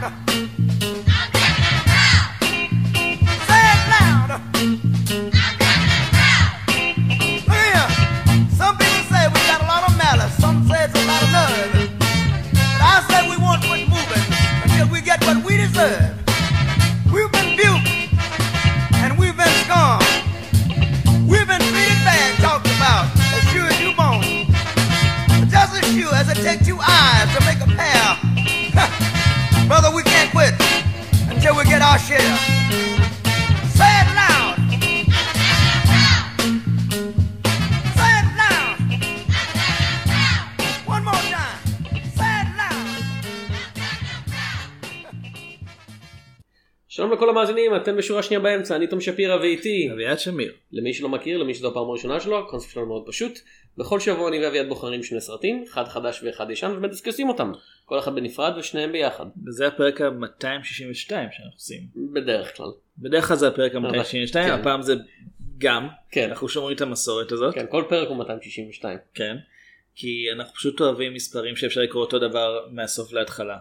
Say it loud. Look here. Some people say we got a lot of malice. Some say it's a lot of nerve. But I say we won't quit moving until we get what we deserve. We've been buked and we've been scorned. We've been treated bad, talked about, as sure as you born. But just as sure as it takes 2 eyes to make a pair, brother, we can't quit until we get our share. Say it loud. Say it loud. One more time. Say it loud. שלום לכל המאזינים, אתם בשורה שנייה באמצע, אני תום שפירא ואיתי אביעד שמיר. למי שלא מכיר, למי שזו הפעם הראשונה שלו, הקונספט שלנו מאוד פשוט. בכל שבוע אני ואביעד בוחרים 2 סרטים, אחד חדש ואחד ישן, ומדסקסים אותם. כל אחד בנפרד ושניהם ביחד. וזה הפרק ה-262 שאנחנו עושים. בדרך כלל. בדרך כלל זה הפרק ה-262, כן. הפעם זה גם. כן. אנחנו שומרים את המסורת הזאת. כן, כל פרק הוא 262. כן. כי אנחנו פשוט אוהבים מספרים שאפשר לקרוא אותו דבר מהסוף להתחלה.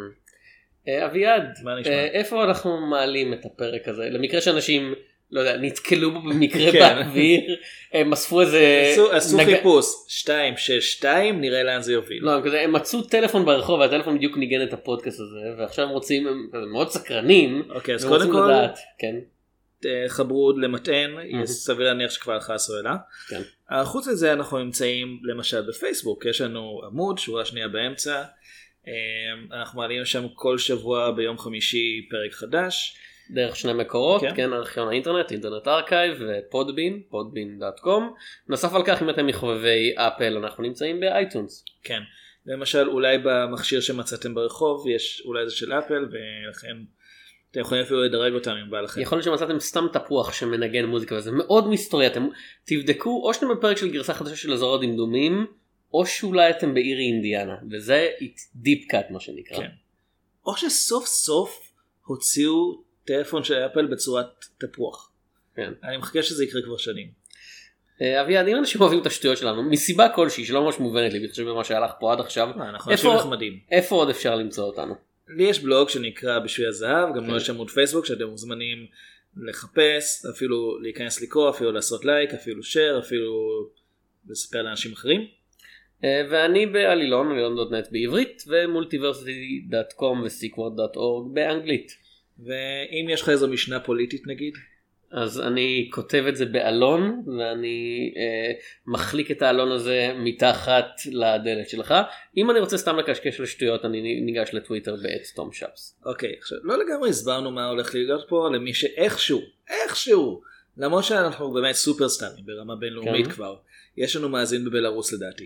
אביעד, מה נשמע? איפה אנחנו מעלים את הפרק הזה? למקרה שאנשים, לא יודע, נתקלו בו במקרה כן. באוויר, הם אספו איזה... עשו חיפוש 262, נראה לאן זה יוביל. לא, הם מצאו טלפון ברחוב, והטלפון בדיוק ניגן את הפודקאסט הזה, ועכשיו הם רוצים, הם מאוד סקרנים, אוקיי, אז ורוצים קודם כל, לדעת, כן. חברו למתן, סביר להניח שכבר לך הסוללה. כן. חוץ לזה אנחנו נמצאים למשל בפייסבוק, יש לנו עמוד, שורה שנייה באמצע, אנחנו מעלים שם כל שבוע ביום חמישי פרק חדש. דרך 2 מקורות, כן. כן, ארכיון האינטרנט, אינטרנט ארכייב ופודבין, podbean.com. נוסף על כך, אם אתם מחובבי אפל, אנחנו נמצאים באייטונס. כן, למשל אולי במכשיר שמצאתם ברחוב, יש אולי זה של אפל, ולכן אתם יכולים אפילו לדרג אותם אם בא לכם. יכול להיות שמצאתם סתם תפוח שמנגן מוזיקה, וזה מאוד מסתורי, אתם תבדקו, או שאתם בפרק של גרסה חדשה של אזור הדמדומים, או שאולי אתם בעירי אינדיאנה, וזה דיפ קאט מה שנקרא. כן. או שסוף סוף הוציאו טלפון של אפל בצורת תפוח. כן. אני מחכה שזה יקרה כבר שנים. אביעד, אם אנשים אוהבים את השטויות שלנו, מסיבה כלשהי שלא ממש מובנת לי, בתחשב במה שהלך פה עד עכשיו, אנחנו אנשים נחמדים. איפה עוד אפשר למצוא אותנו? לי יש בלוג שנקרא בשביל הזהב, גם יש עמוד פייסבוק שאתם מוזמנים לחפש, אפילו להיכנס לקרוא, אפילו לעשות לייק, אפילו שייר, אפילו לספר לאנשים אחרים. ואני בעלילון, עלילון.נט בעברית, ומולטיברסיטי.com ו-sequart.org באנגלית. ואם יש לך איזו משנה פוליטית נגיד? אז אני כותב את זה באלון, ואני מחליק את האלון הזה מתחת לדלת שלך. אם אני רוצה סתם לקשקש לשטויות, אני ניגש לטוויטר @Tom Shaps. אוקיי, עכשיו לא לגמרי הסברנו מה הולך להיות פה, למי שאיכשהו, למרות שאנחנו באמת סופרסטארים ברמה בינלאומית כן. כבר. יש לנו מאזין בבלרוס לדעתי.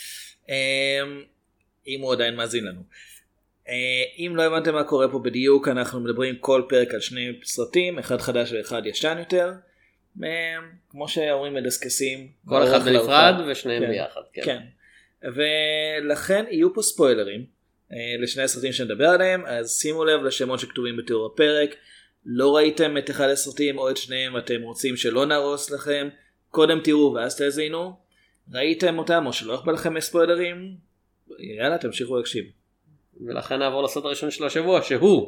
אם הוא עדיין מאזין לנו. אם לא הבנתם מה קורה פה בדיוק, אנחנו מדברים כל פרק על 2 סרטים, אחד חדש ואחד ישן יותר. כמו שאומרים מדסקסים. כל אחד בנפרד ושניהם כן. ביחד. כן. כן. ולכן יהיו פה ספוילרים לשני הסרטים שנדבר עליהם, אז שימו לב לשמות שכתובים בתיאור הפרק. לא ראיתם את אחד הסרטים או את שניהם, אתם רוצים שלא נהרוס לכם, קודם תראו ואז תאזינו. ראיתם אותם או שלא אכפת לכם מספוילרים, יאללה תמשיכו להקשיב. ולכן נעבור לסרט הראשון של השבוע, שהוא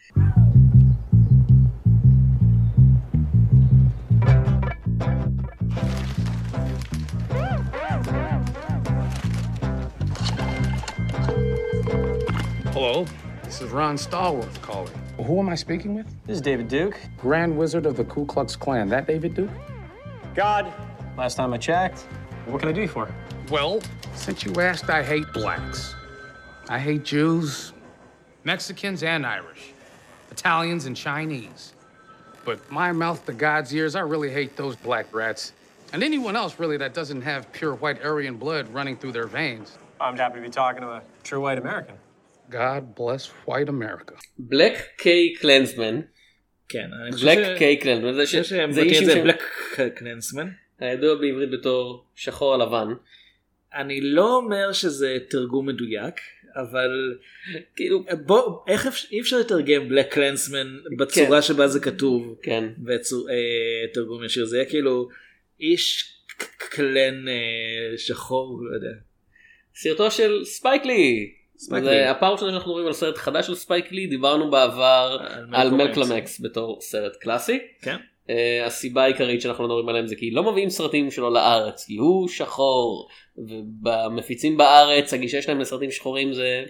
Hello, this is Ron Stallworth calling. Who am I speaking with? This is David Duke. Grand Wizard of the Ku Klux Klan. That David Duke? God, last time I checked. What can I do for? Well, since you asked, I hate blacks. I hate Jews, Mexicans, and Irish, Italians, and Chinese. But my mouth to God's ears, I really hate those black rats. And anyone else, really, that doesn't have pure white Aryan blood running through their veins. I'm happy to be talking to a true white American. God bless white America. Black K Klansman. כן, אני חושב Black K Klansman. אני חושב שהם מבטאים את זה בלק קלנסמן. הידוע בעברית בתור שחור על לבן. אני לא אומר שזה תרגום מדויק, אבל כאילו בוא, איך אי אפשר לתרגם בלק קלנסמן בצורה שבה זה כתוב, כן, תרגום ישיר, זה יהיה כאילו איש קלן שחור, לא יודע. סרטו של ספייק לי, אז הפעם ראשונה שאנחנו מדברים על סרט חדש של ספייק לי, דיברנו בעבר על מלקולם אקס בתור סרט קלאסי. כן. הסיבה העיקרית שאנחנו מדברים עליהם זה כי לא מביאים סרטים שלו לארץ, כי הוא שחור, ובמפיצים בארץ הגישה שלהם לסרטים שחורים זה...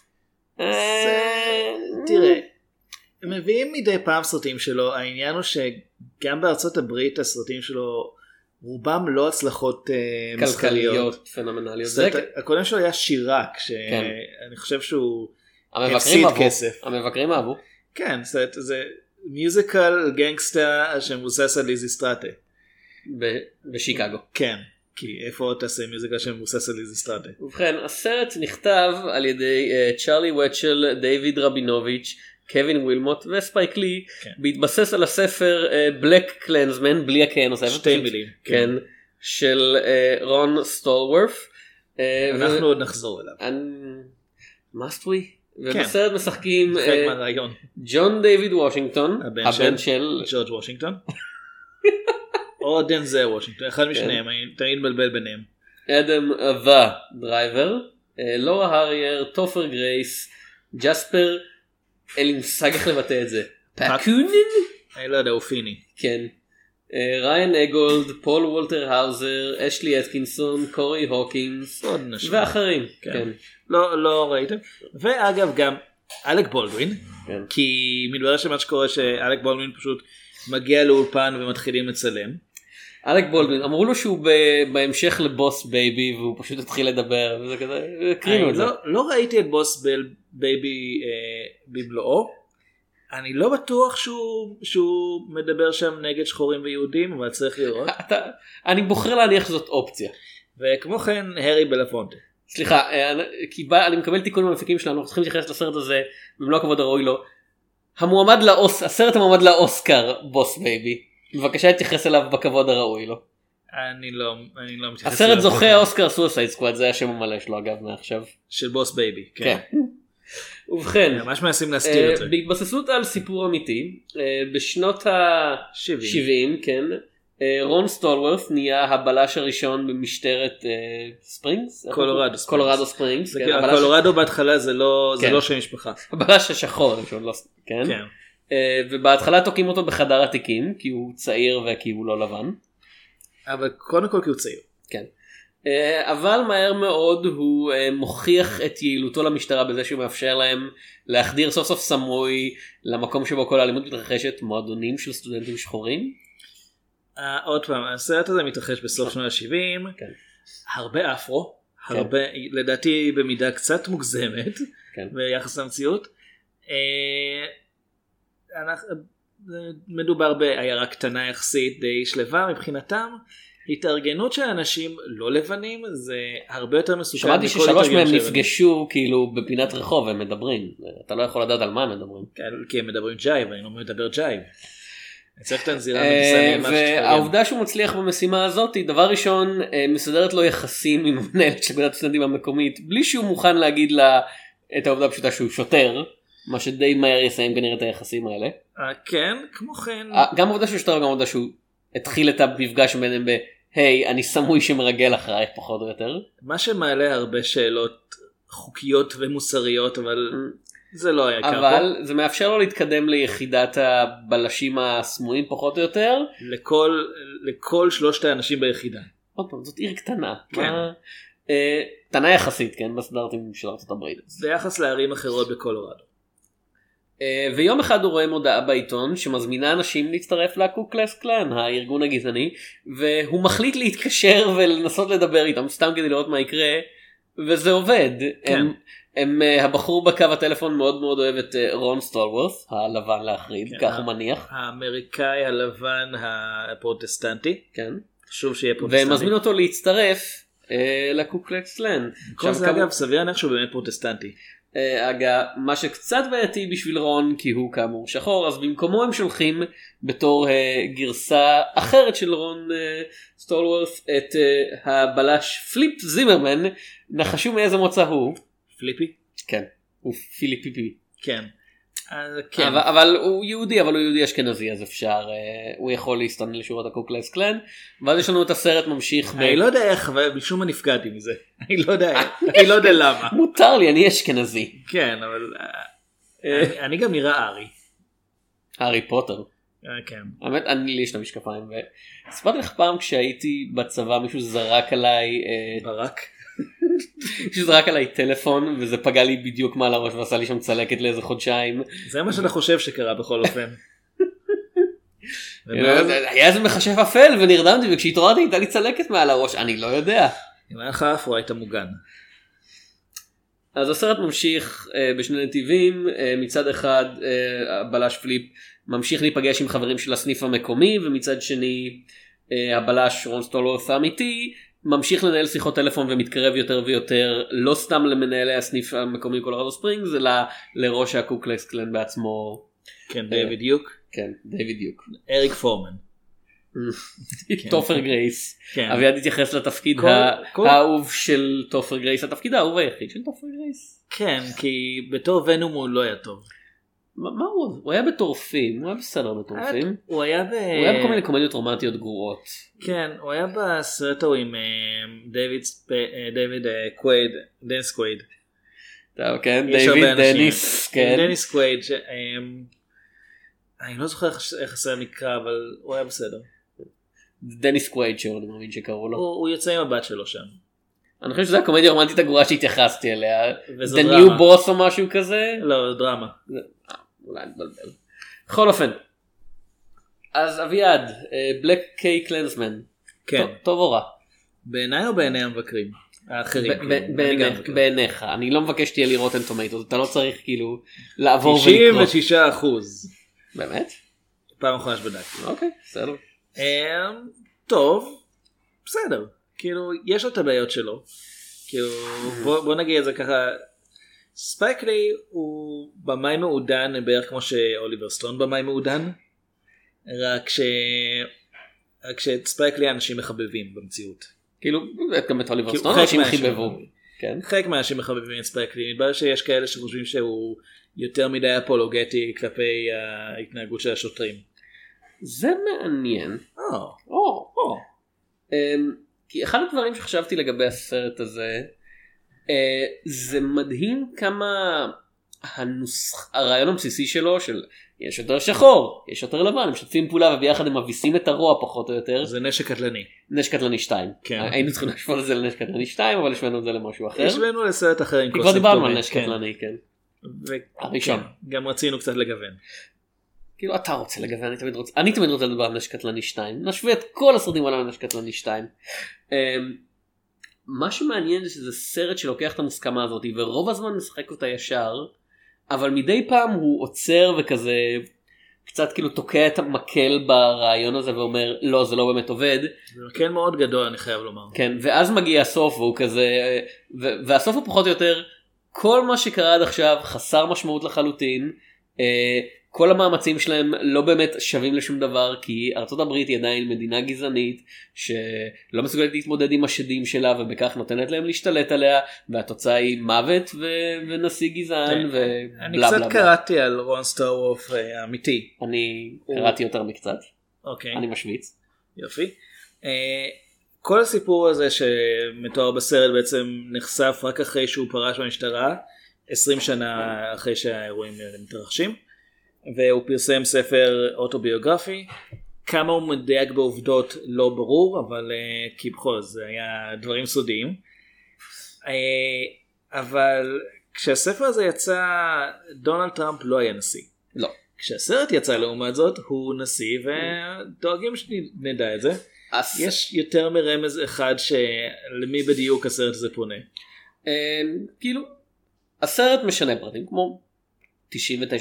תראה, הם מביאים מדי פעם סרטים שלו, העניין הוא שגם בארצות הברית הסרטים שלו רובם לא הצלחות כלכליות פנומנליות. הקודם שלו היה שירק, שאני חושב שהוא הפסיד כסף. המבקרים אהבו. כן, זה מיוזיקל גנגסטה שמבוסס על ליזי סטראטה. בשיקגו. כן, כי איפה תעשה מיוזיקל שמבוסס על ליזי סטראטה? ובכן, הסרט נכתב על ידי צ'רלי וטשל, דיוויד רבינוביץ', קווין ווילמוט וספייק לי, בהתבסס על הספר בלק קלנסמן, בלי הקן נוספת. שתי מילים. כן, של רון סטולוורף. אנחנו עוד נחזור אליו. must we? ובסרט משחקים ג'ון דיוויד וושינגטון, הבן של ג'ורג' וושינגטון, או דנזל וושינגטון, אחד משניהם, אני תמיד מבלבל ביניהם. אדם דרייבר, לורה הרייר, טופר גרייס, ג'ספר, אין לי מושג איך לבטא את זה, פאקונין? אני לא יודע, הוא פיני. כן. ריין אגולד, פול וולטר האוזר, אשלי אטקינסון, קורי הוקינס ואחרים. כן. לא ראיתם. ואגב גם אלק בולדווין, כי מדבר שמה שקורה שאלק בולדווין פשוט מגיע לאולפן ומתחילים לצלם. אלק בולדווין, אמרו לו שהוא בהמשך לבוס בייבי והוא פשוט התחיל לדבר וזה כזה, הקרינו את זה. לא ראיתי את בוס בייבי במלואו. אני לא בטוח שהוא מדבר שם נגד שחורים ויהודים, אבל צריך לראות. אני בוחר להניח שזאת אופציה. וכמו כן, הרי בלפונטה. סליחה, כי אני מקבל תיקון מהמפיקים שלנו, אנחנו צריכים להתייחס לסרט הזה, במלוא הכבוד הראוי לו. הסרט המועמד לאוסקר, בוס בייבי. בבקשה להתייחס אליו בכבוד הראוי לו. אני לא מתייחס. הסרט זוכה האוסקר סוסייד סקוואד, זה השם המלא שלו אגב מעכשיו. של בוס בייבי, כן. ובכן, ממש מנסים להסתיר את זה. בהתבססות על סיפור אמיתי, בשנות ה-70, כן, רון סטולוורף נהיה הבלש הראשון במשטרת ספרינגס? קולורדו ספרינגס. קולורדו בהתחלה זה לא שם משפחה. הבלש השחור הראשון, כן. ובהתחלה תוקעים אותו בחדר התיקים, כי הוא צעיר וכי הוא לא לבן. אבל קודם כל כי הוא צעיר. כן. אבל מהר מאוד הוא מוכיח את יעילותו למשטרה בזה שהוא מאפשר להם להחדיר סוף סוף סמוי למקום שבו כל האלימות מתרחשת, מועדונים של סטודנטים שחורים. עוד פעם, הסרט הזה מתרחש בסוף שנות ה-70, הרבה אפרו, לדעתי במידה קצת מוגזמת ביחס למציאות. מדובר בעיירה קטנה יחסית די שלווה מבחינתם. התארגנות של אנשים לא לבנים זה הרבה יותר מסוכן. שמעתי ששלוש מהם נפגשו כאילו בפינת רחוב הם מדברים, אתה לא יכול לדעת על מה הם מדברים. כי הם מדברים ג'ייב, אני לא מדבר ג'ייב. והעובדה שהוא מצליח במשימה הזאת, דבר ראשון מסדרת לו יחסים עם המנהלת של אגודת הסטודנטים המקומית, בלי שהוא מוכן להגיד לה את העובדה הפשוטה שהוא שוטר, מה שדי מהר יסיים כנראה את היחסים האלה. כן, כמו כן. גם העובדה שהוא שוטר וגם העובדה שהוא התחיל את המפגש ביניהם היי, אני סמוי שמרגל אחריך פחות או יותר. מה שמעלה הרבה שאלות חוקיות ומוסריות, אבל זה לא היה ככה. אבל זה מאפשר לו להתקדם ליחידת הבלשים הסמויים פחות או יותר. לכל שלושת האנשים ביחידה. עוד פעם, זאת עיר קטנה. כן. קטנה יחסית, כן, בסטנדרטים של ארצות הברית. ביחס לערים אחרות בקולורדו. ויום אחד הוא רואה מודעה בעיתון שמזמינה אנשים להצטרף לקו קלאס קלאן, הארגון הגזעני, והוא מחליט להתקשר ולנסות לדבר איתם סתם כדי לראות מה יקרה, וזה עובד. כן. הבחור בקו הטלפון מאוד מאוד אוהב את רון סטולוורף, הלבן להחריד, כן, כך הוא מניח. האמריקאי הלבן הפרוטסטנטי. כן. חשוב שיהיה פרוטסטנטי. ומזמין אותו להצטרף לקו קלאס קלאן. כל זה אגב סביר להניח שהוא באמת פרוטסטנטי. אגב, מה שקצת בעייתי בשביל רון, כי הוא כאמור שחור, אז במקומו הם שולחים בתור גרסה אחרת של רון סטולוורף את הבלש פליפ זימרמן. נחשו מאיזה מוצא הוא? פליפי? כן, הוא פיליפיפי. כן. כן. אבל הוא יהודי, אבל הוא יהודי אשכנזי, אז אפשר, הוא יכול להסתנן לשורות הקוקלס קלן, ואז יש לנו את הסרט ממשיך. אני לא יודע איך, אבל משום מה נפגעתי מזה. אני לא יודע למה. מותר לי, אני אשכנזי. כן, אבל אני גם נראה ארי. הארי פוטר. כן. האמת, לי יש את המשקפיים, וסיפרתי לך פעם כשהייתי בצבא, מישהו זרק עליי, ברק. מישהו זרק עליי טלפון, וזה פגע לי בדיוק מעל הראש, ועשה לי שם צלקת לאיזה חודשיים. זה מה שאתה חושב שקרה בכל אופן. היה איזה מחשב אפל, ונרדמתי, וכשהתעוררתי הייתה לי צלקת מעל הראש, אני לא יודע. אם היה לך אפרו היית מוגן. אז הסרט ממשיך בשני נתיבים, מצד אחד הבלש פליפ ממשיך להיפגש עם חברים של הסניף המקומי, ומצד שני הבלש רון סטולוס האמיתי ממשיך לנהל שיחות טלפון ומתקרב יותר ויותר, לא סתם למנהלי הסניף המקומי קולורדו ספרינגס, אלא לראש הקוקלקס קלן בעצמו. כן, דיוויד דיוק. כן, דיוויד דיוק. אריק פורמן. טופר גרייס. אביעד התייחס לתפקיד האהוב של טופר גרייס, התפקיד האהוב היחיד של טופר גרייס. כן, כי בתור ונום הוא לא היה טוב. מה הוא? הוא היה בתור פים, הוא היה בסדר בתור פים. הוא היה בכל מיני קומדיות רומנטיות גרועות. כן, הוא היה בסרט ההוא עם דיוויד קווייד, דניס קווייד. כן, דיוויד דניס, כן. דניס קווייד, אני לא זוכר איך הסרט נקרא, אבל הוא היה בסדר. דניס קווייד שאני מאמין שקראו לו. הוא יוצא עם הבת שלו שם. אני חושב שזו הקומדיה הרומנטית הגרועה שהתייחסתי אליה. וזו The דרמה. New Boss או משהו כזה. לא, זה דרמה. אולי נתבלבל. בכל אופן. אז אביעד, בלק קיי קלנסמן. כן. טוב או רע? בעיניי או בעיני המבקרים? האחרים. בעיניך. אני לא מבקש שתהיה לי רוטן טומטוס. אתה לא צריך כאילו לעבור ולקרוא. 96%. באמת? פעם אחרונה שבדקתי. אוקיי, בסדר. טוב, בסדר. כאילו, יש לו את הבעיות שלו. כאילו, בוא נגיד את זה ככה. ספייק לי הוא במאי מעודן בערך כמו שאוליבר סטון במאי מעודן. רק שספייק לי אנשים מחבבים במציאות. כאילו, גם את אוליבר סטון אנשים חיבבו. חלק מהאנשים מחבבים את ספייק לי. מתברר שיש כאלה שחושבים שהוא יותר מדי אפולוגטי כלפי ההתנהגות של השוטרים. זה מעניין. כי אחד הדברים שחשבתי לגבי הסרט הזה, זה מדהים כמה הרעיון הבסיסי שלו של יש יותר שחור, יש יותר לבן, הם משתפים פעולה וביחד הם מביסים את הרוע פחות או יותר. זה נשק קטלני. נשק קטלני 2. כן. היינו צריכים להשוות את זה לנשק קטלני 2, אבל השווינו את זה למשהו אחר. השווינו לסרט אחר עם קונספט דומה. כבר דיברנו על נשק קטלני, כן. הראשון. גם רצינו קצת לגוון. כאילו אתה רוצה לגוון, אני תמיד רוצה לדבר על נשק קטלני 2. נשווה את כל הסרטים על נשק קטלני 2. מה שמעניין זה שזה סרט שלוקח את המוסכמה הזאת ורוב הזמן משחק אותה ישר, אבל מדי פעם הוא עוצר וכזה קצת כאילו תוקע את המקל ברעיון הזה ואומר לא, זה לא באמת עובד. זה מקל מאוד גדול, אני חייב לומר. כן, ואז מגיע הסוף והוא כזה, והסוף הוא פחות או יותר כל מה שקרה עד עכשיו חסר משמעות לחלוטין. כל המאמצים שלהם לא באמת שווים לשום דבר, כי ארצות הברית היא עדיין מדינה גזענית שלא מסוגלת להתמודד עם השדים שלה ובכך נותנת להם להשתלט עליה, והתוצאה היא מוות ונשיא גזען ובלה אני בלה קצת בלה. קראתי על רון סטארוף האמיתי. אני קראתי יותר מקצת. אוקיי. אני משוויץ. יופי. כל הסיפור הזה שמתואר בסרט בעצם נחשף רק אחרי שהוא פרש במשטרה, 20 שנה אחרי שהאירועים מתרחשים. והוא פרסם ספר אוטוביוגרפי. כמה הוא מדייק בעובדות לא ברור, אבל כי בכל זה היה דברים סודיים. אבל כשהספר הזה יצא, דונלד טראמפ לא היה נשיא. לא. כשהסרט יצא לעומת זאת, הוא נשיא, ודואגים שנדע את זה. יש יותר מרמז אחד שלמי בדיוק הסרט הזה פונה. כאילו, הסרט משנה פרטים, כמו 99.9999%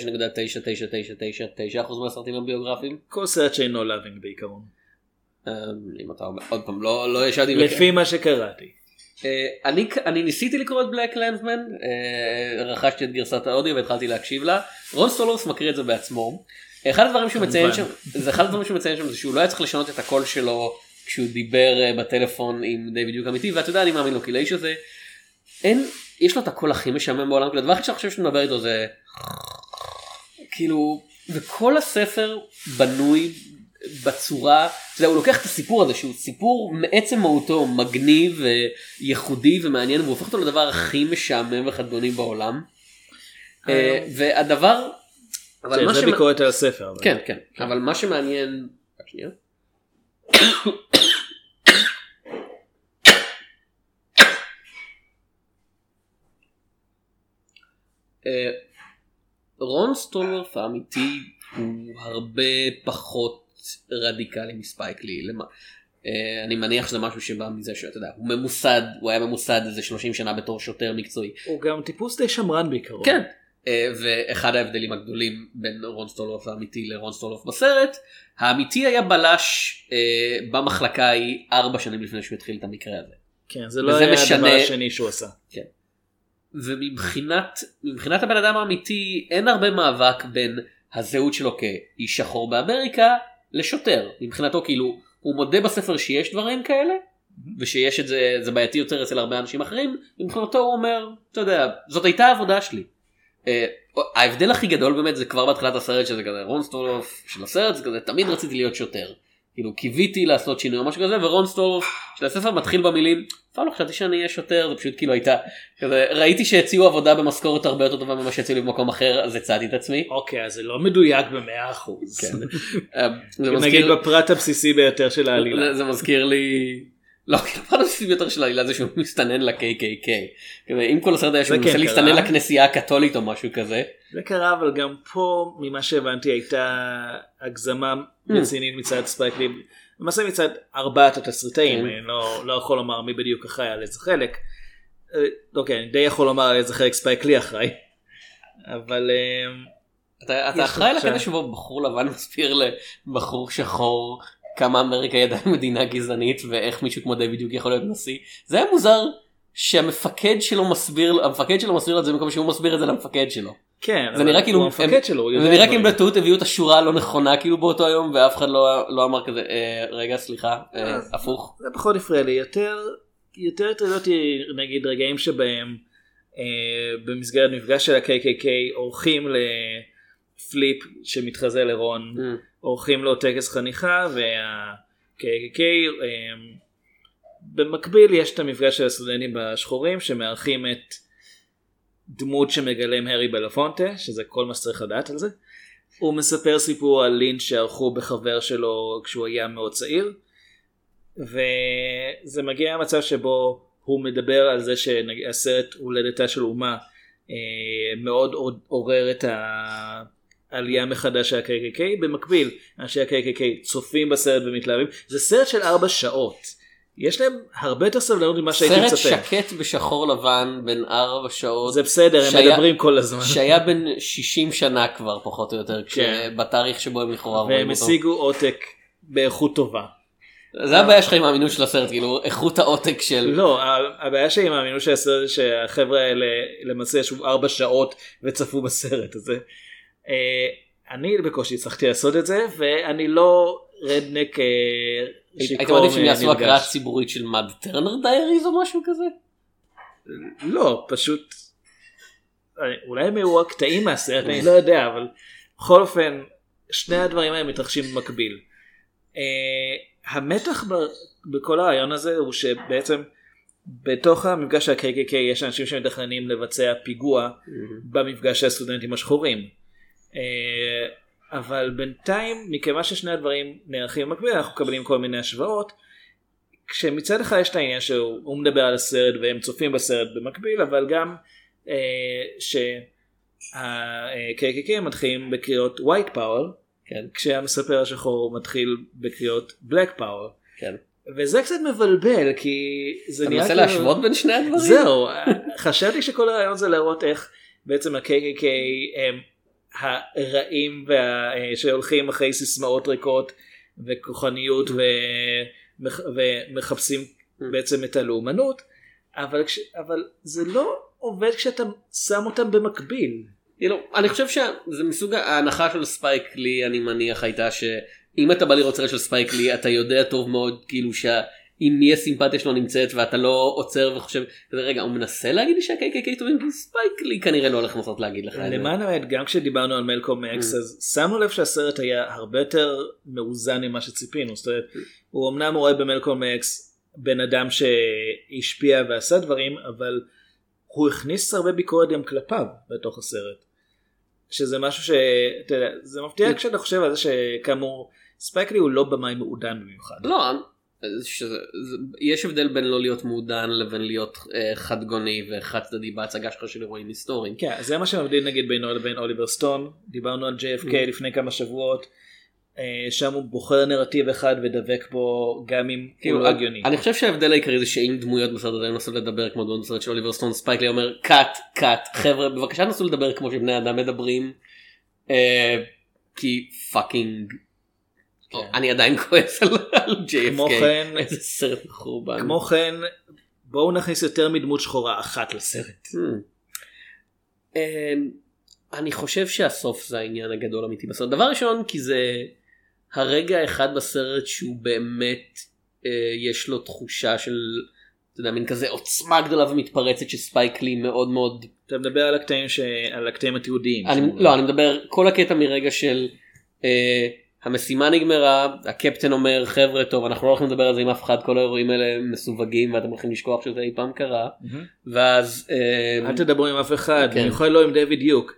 מהסרטים הביוגרפיים. כל סרט שאינו לאבינג בעיקרון. אם אתה עוד פעם לא ישבתי לפי מה שקראתי. אני ניסיתי לקרוא את בלק קלנסמן, רכשתי את גרסת האודיו והתחלתי להקשיב לה. רון סטולוס מקריא את זה בעצמו. אחד הדברים שהוא מציין שם זה שהוא לא היה צריך לשנות את הקול שלו כשהוא דיבר בטלפון עם דיוויד דיוק אמיתי, ואתה יודע אני מאמין לו כי לאיש הזה יש לו את הקול הכי משעמם בעולם, הדבר הכי שאני חושב שהוא מדבר איתו זה כאילו, וכל הספר בנוי בצורה, הוא לוקח את הסיפור הזה שהוא סיפור מעצם מהותו מגניב וייחודי ומעניין, והוא הופך אותו לדבר הכי משעמם וחדבוני בעולם. והדבר, זה ביקורת על הספר. כן, כן, אבל מה שמעניין, רון סטולוורף האמיתי הוא הרבה פחות רדיקלי מספייק לי. אני מניח שזה משהו שבא מזה שאתה יודע, הוא ממוסד, הוא היה ממוסד איזה 30 שנה בתור שוטר מקצועי. הוא גם טיפוס די שמרן בעיקרון. כן, ואחד ההבדלים הגדולים בין רון סטולוורף האמיתי לרון סטולוורף בסרט, האמיתי היה בלש במחלקה היא 4 שנים לפני שהוא התחיל את המקרה הזה. כן, זה לא היה הדבר השני שהוא עשה. כן. ומבחינת הבן אדם האמיתי אין הרבה מאבק בין הזהות שלו כאיש שחור באמריקה לשוטר. מבחינתו כאילו הוא מודה בספר שיש דברים כאלה ושיש את זה, זה בעייתי יותר אצל הרבה אנשים אחרים. מבחינתו הוא אומר, אתה יודע, זאת הייתה העבודה שלי. ההבדל הכי גדול באמת זה כבר בהתחלת הסרט, שזה כזה רון סטולוורף של הסרט, זה כזה תמיד רציתי להיות שוטר, כאילו קיוויתי לעשות שינוי או משהו כזה, ורון סטולוורף של הספר מתחיל במילים פעם לא חשבתי שאני אהיה שוטר, זה פשוט כאילו הייתה כזה, ראיתי שהציעו עבודה במשכורת הרבה יותר טובה ממה שהציעו לי במקום אחר, אז הצעתי את עצמי. אוקיי, אז זה לא מדויק ב100%. נגיד בפרט הבסיסי ביותר של העלילה. זה מזכיר לי, לא, הפרט הבסיסי ביותר של העלילה זה שהוא מסתנן ל-KKK. אם כל הסרט היה שהוא מנסה להסתנן לכנסייה הקתולית או משהו כזה. זה קרה, אבל גם פה ממה שהבנתי הייתה הגזמה רצינית מצד ספייק לי, למעשה מצד 4 התסריטאים, אני לא יכול לומר מי בדיוק אחראי על איזה חלק. אוקיי, אני די יכול לומר על איזה חלק ספייק לי אחראי, אבל אתה אחראי לקטע שבו בחור לבן מסביר לבחור שחור כמה אמריקה היא עדיין מדינה גזענית ואיך מישהו כמו דיוויד יוק יכול להיות נשיא. זה היה מוזר שהמפקד שלו מסביר את זה במקום שהוא מסביר את זה למפקד שלו. כן, זה נראה כאילו המפקד שלו, זה נראה כאילו בטעות הביאו את השורה הלא נכונה כאילו באותו היום ואף אחד לא אמר כזה רגע סליחה הפוך. זה פחות הפריע לי, יותר הטרידותי נגיד רגעים שבהם במסגרת מפגש של ה-KKK עורכים לפליפ שמתחזה לרון, עורכים לו טקס חניכה, וה-KKK במקביל יש את המפגש של הסטודנטים בשחורים שמארחים את דמות שמגלם הרי בלפונטה, שזה כל מה שצריך לדעת על זה. הוא מספר סיפור על לינץ' שערכו בחבר שלו כשהוא היה מאוד צעיר, וזה מגיע למצב שבו הוא מדבר על זה שהסרט הולדתה של אומה מאוד עורר את העלייה מחדש של ה-KKK. במקביל אנשי ה-KKK צופים בסרט ומתלהבים. זה סרט של 4 שעות, יש להם הרבה יותר סבלנות ממה שהייתי מצפה. סרט שקט בשחור לבן בין 4 שעות. זה בסדר, הם מדברים כל הזמן. שהיה בין 60 שנה כבר פחות או יותר, בתאריך שבו הם לכאורה רואים אותו. והם השיגו עותק באיכות טובה. זה הבעיה שלך עם האמינות של הסרט, כאילו איכות העותק של... לא, הבעיה שלי עם האמינות של הסרט זה שהחבר'ה האלה למעשה ישבו 4 שעות וצפו בסרט הזה. אני בקושי הצלחתי לעשות את זה, ואני לא רדנק היית מעדיף שהם יעשו הקראה ציבורית של מד טרנר דייריז או משהו כזה? לא, פשוט אולי הם היו הקטעים מהסרט, אני לא יודע, אבל בכל אופן שני הדברים האלה מתרחשים במקביל. המתח בכל הרעיון הזה הוא שבעצם בתוך המפגש של ה-KKK יש אנשים שמתכננים לבצע פיגוע במפגש של הסטודנטים השחורים, אבל בינתיים מכיוון ששני הדברים נערכים במקביל אנחנו מקבלים כל מיני השוואות, כשמצד אחד יש את העניין שהוא מדבר על הסרט והם צופים בסרט במקביל, אבל גם שה-KKK מתחילים בקריאות white power, כן. כשהמספר השחור מתחיל בקריאות black power. כן. וזה קצת מבלבל, כי זה נראה אתה מנסה להשוות בין שני הדברים? זהו, חשבתי שכל הרעיון זה להראות איך בעצם ה-KKK הם הרעים שהולכים אחרי סיסמאות ריקות וכוחניות ומחפשים בעצם את הלאומנות, אבל זה לא עובד כשאתה שם אותם במקביל. אני חושב שזה מסוג ההנחה של ספייק לי, אני מניח הייתה שאם אתה בא לראות סרט של ספייק לי אתה יודע טוב מאוד כאילו עם מי הסימפתיה שלו נמצאת ואתה לא עוצר וחושב רגע הוא מנסה להגיד לי שה-KKK טובים כי ספייק לי כנראה לא הולך לנסות להגיד לך. למען האמת גם כשדיברנו על מלקום אקס אז שמנו לב שהסרט היה הרבה יותר מאוזן ממה שציפינו. זאת אומרת הוא אמנם רואה במלקום אקס בן אדם שהשפיע ועשה דברים אבל הוא הכניס הרבה ביקורת גם כלפיו בתוך הסרט. שזה משהו שאתה יודע זה מפתיע כשאתה חושב על זה שכאמור ספייק לי הוא לא במאי מעודן במיוחד. לא, יש הבדל בין לא להיות מעודן לבין להיות חד גוני וחד צדדי בהצגה שלך של אירועים היסטוריים. כן, זה מה שמבדיל נגיד בינו לבין אוליבר סטון. דיברנו על JFK לפני כמה שבועות. שם הוא בוחר נרטיב אחד ודבק בו גם אם הוא לא הגיוני. אני חושב שההבדל העיקרי זה שאם דמויות בסרט הזה נסו לדבר כמו דמות בסרט של אוליבר סטון ספייק לי אומר קאט חבר'ה בבקשה נסו לדבר כמו שבני אדם מדברים כי פאקינג אני עדיין כועס על JFK. איזה סרט חורבן. כמו כן בואו נכניס יותר מדמות שחורה אחת לסרט. אני חושב שהסוף זה העניין הגדול אמיתי בסרט. דבר ראשון כי זה הרגע האחד בסרט שהוא באמת יש לו תחושה של אתה יודע מין כזה עוצמה גדולה ומתפרצת שספייק לי מאוד מאוד. אתה מדבר על הקטעים התיעודיים. לא אני מדבר כל הקטע מרגע של המשימה נגמרה, הקפטן אומר חבר'ה טוב אנחנו לא הולכים לדבר על זה עם אף אחד כל האירועים האלה מסווגים ואתם הולכים לשכוח שזה אי פעם קרה ואז אל תדברו עם אף אחד במיוחד לא עם דיוויד יוק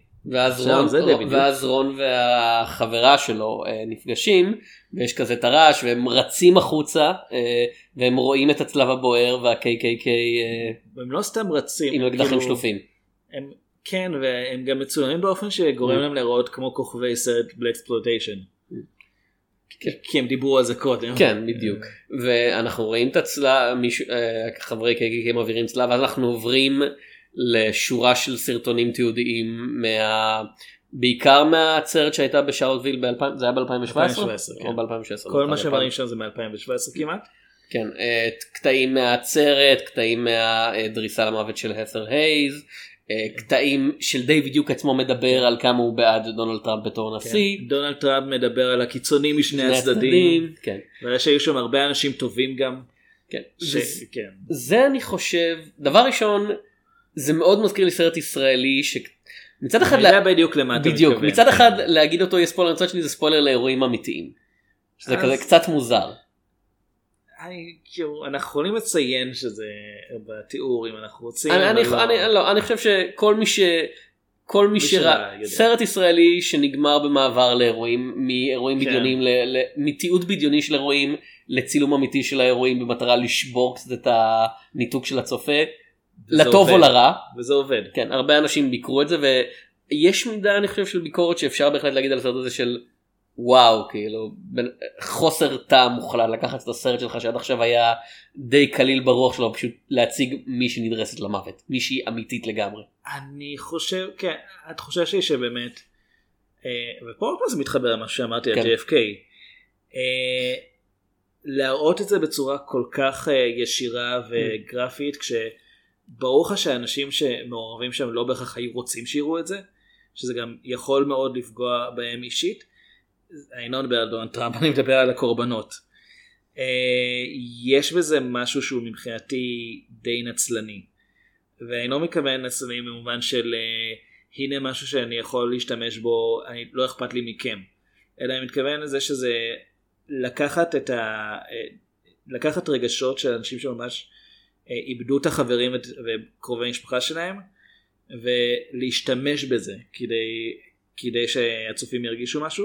ואז רון והחברה שלו נפגשים ויש כזה את הרעש והם רצים החוצה והם רואים את הצלב הבוער וה-KKK הם לא סתם רצים עם אקדחים שלופים כן והם גם מצולמים באופן שגורם להם לראות כמו כוכבי סרט בלקספלוטיישן כי הם דיברו על זה קודם. כן בדיוק ואנחנו רואים את הצלב חברי KKK מעבירים צלב ואז אנחנו עוברים לשורה של סרטונים תיעודיים בעיקר מהסרט שהייתה בשאוטוויל זה היה ב-2017 או ב-2016 כל מה שמראים שם זה מ-2017 כמעט. כן קטעים מהסרט קטעים מהדריסה למוות של הסר הייז קטעים של דיוויד יוק עצמו מדבר על כמה הוא בעד דונלד טראמפ בתור נשיא. דונלד טראמפ מדבר על הקיצונים משני הצדדים ויש שם הרבה אנשים טובים גם. זה אני חושב דבר ראשון זה מאוד מזכיר לי סרט ישראלי שמצד אחד בדיוק למה אתה מתכוון. מצד אחד להגיד אותו יהיה ספוילר מצד שני זה ספוילר לאירועים אמיתיים שזה כזה קצת מוזר. אנחנו יכולים לציין שזה בתיאור אם אנחנו רוצים. אני חושב שכל מי שראה סרט ישראלי שנגמר במעבר לאירועים מאירועים בדיוניים מתיעוד בדיוני של אירועים לצילום אמיתי של האירועים במטרה לשבור קצת את הניתוק של הצופה לטוב או לרע וזה עובד. כן הרבה אנשים ביקרו את זה ויש מידה אני חושב של ביקורת שאפשר בהחלט להגיד על הסרט הזה של וואו כאילו חוסר טעם מוחלט לקחת את הסרט שלך שעד עכשיו היה די קליל ברוח שלו פשוט להציג מישהי נדרסת למוות מישהי אמיתית לגמרי. אני חושב כן את חושב שבאמת ופה זה מתחבר למה שאמרתי על JFK להראות את זה בצורה כל כך ישירה וגרפית כשברור לך שאנשים שמעורבים שם לא בהכרח היו רוצים שיראו את זה שזה גם יכול מאוד לפגוע בהם אישית. אני לא מדבר על דונלד טראמפ, אני מדבר על הקורבנות. יש בזה משהו שהוא מבחינתי די נצלני. ואני לא מכוון נצלני במובן של הנה משהו שאני יכול להשתמש בו, לא אכפת לי מכם. אלא אני מתכוון לזה שזה לקחת רגשות של אנשים שממש איבדו את החברים וקרובי המשפחה שלהם, ולהשתמש בזה כדי שהצופים ירגישו משהו.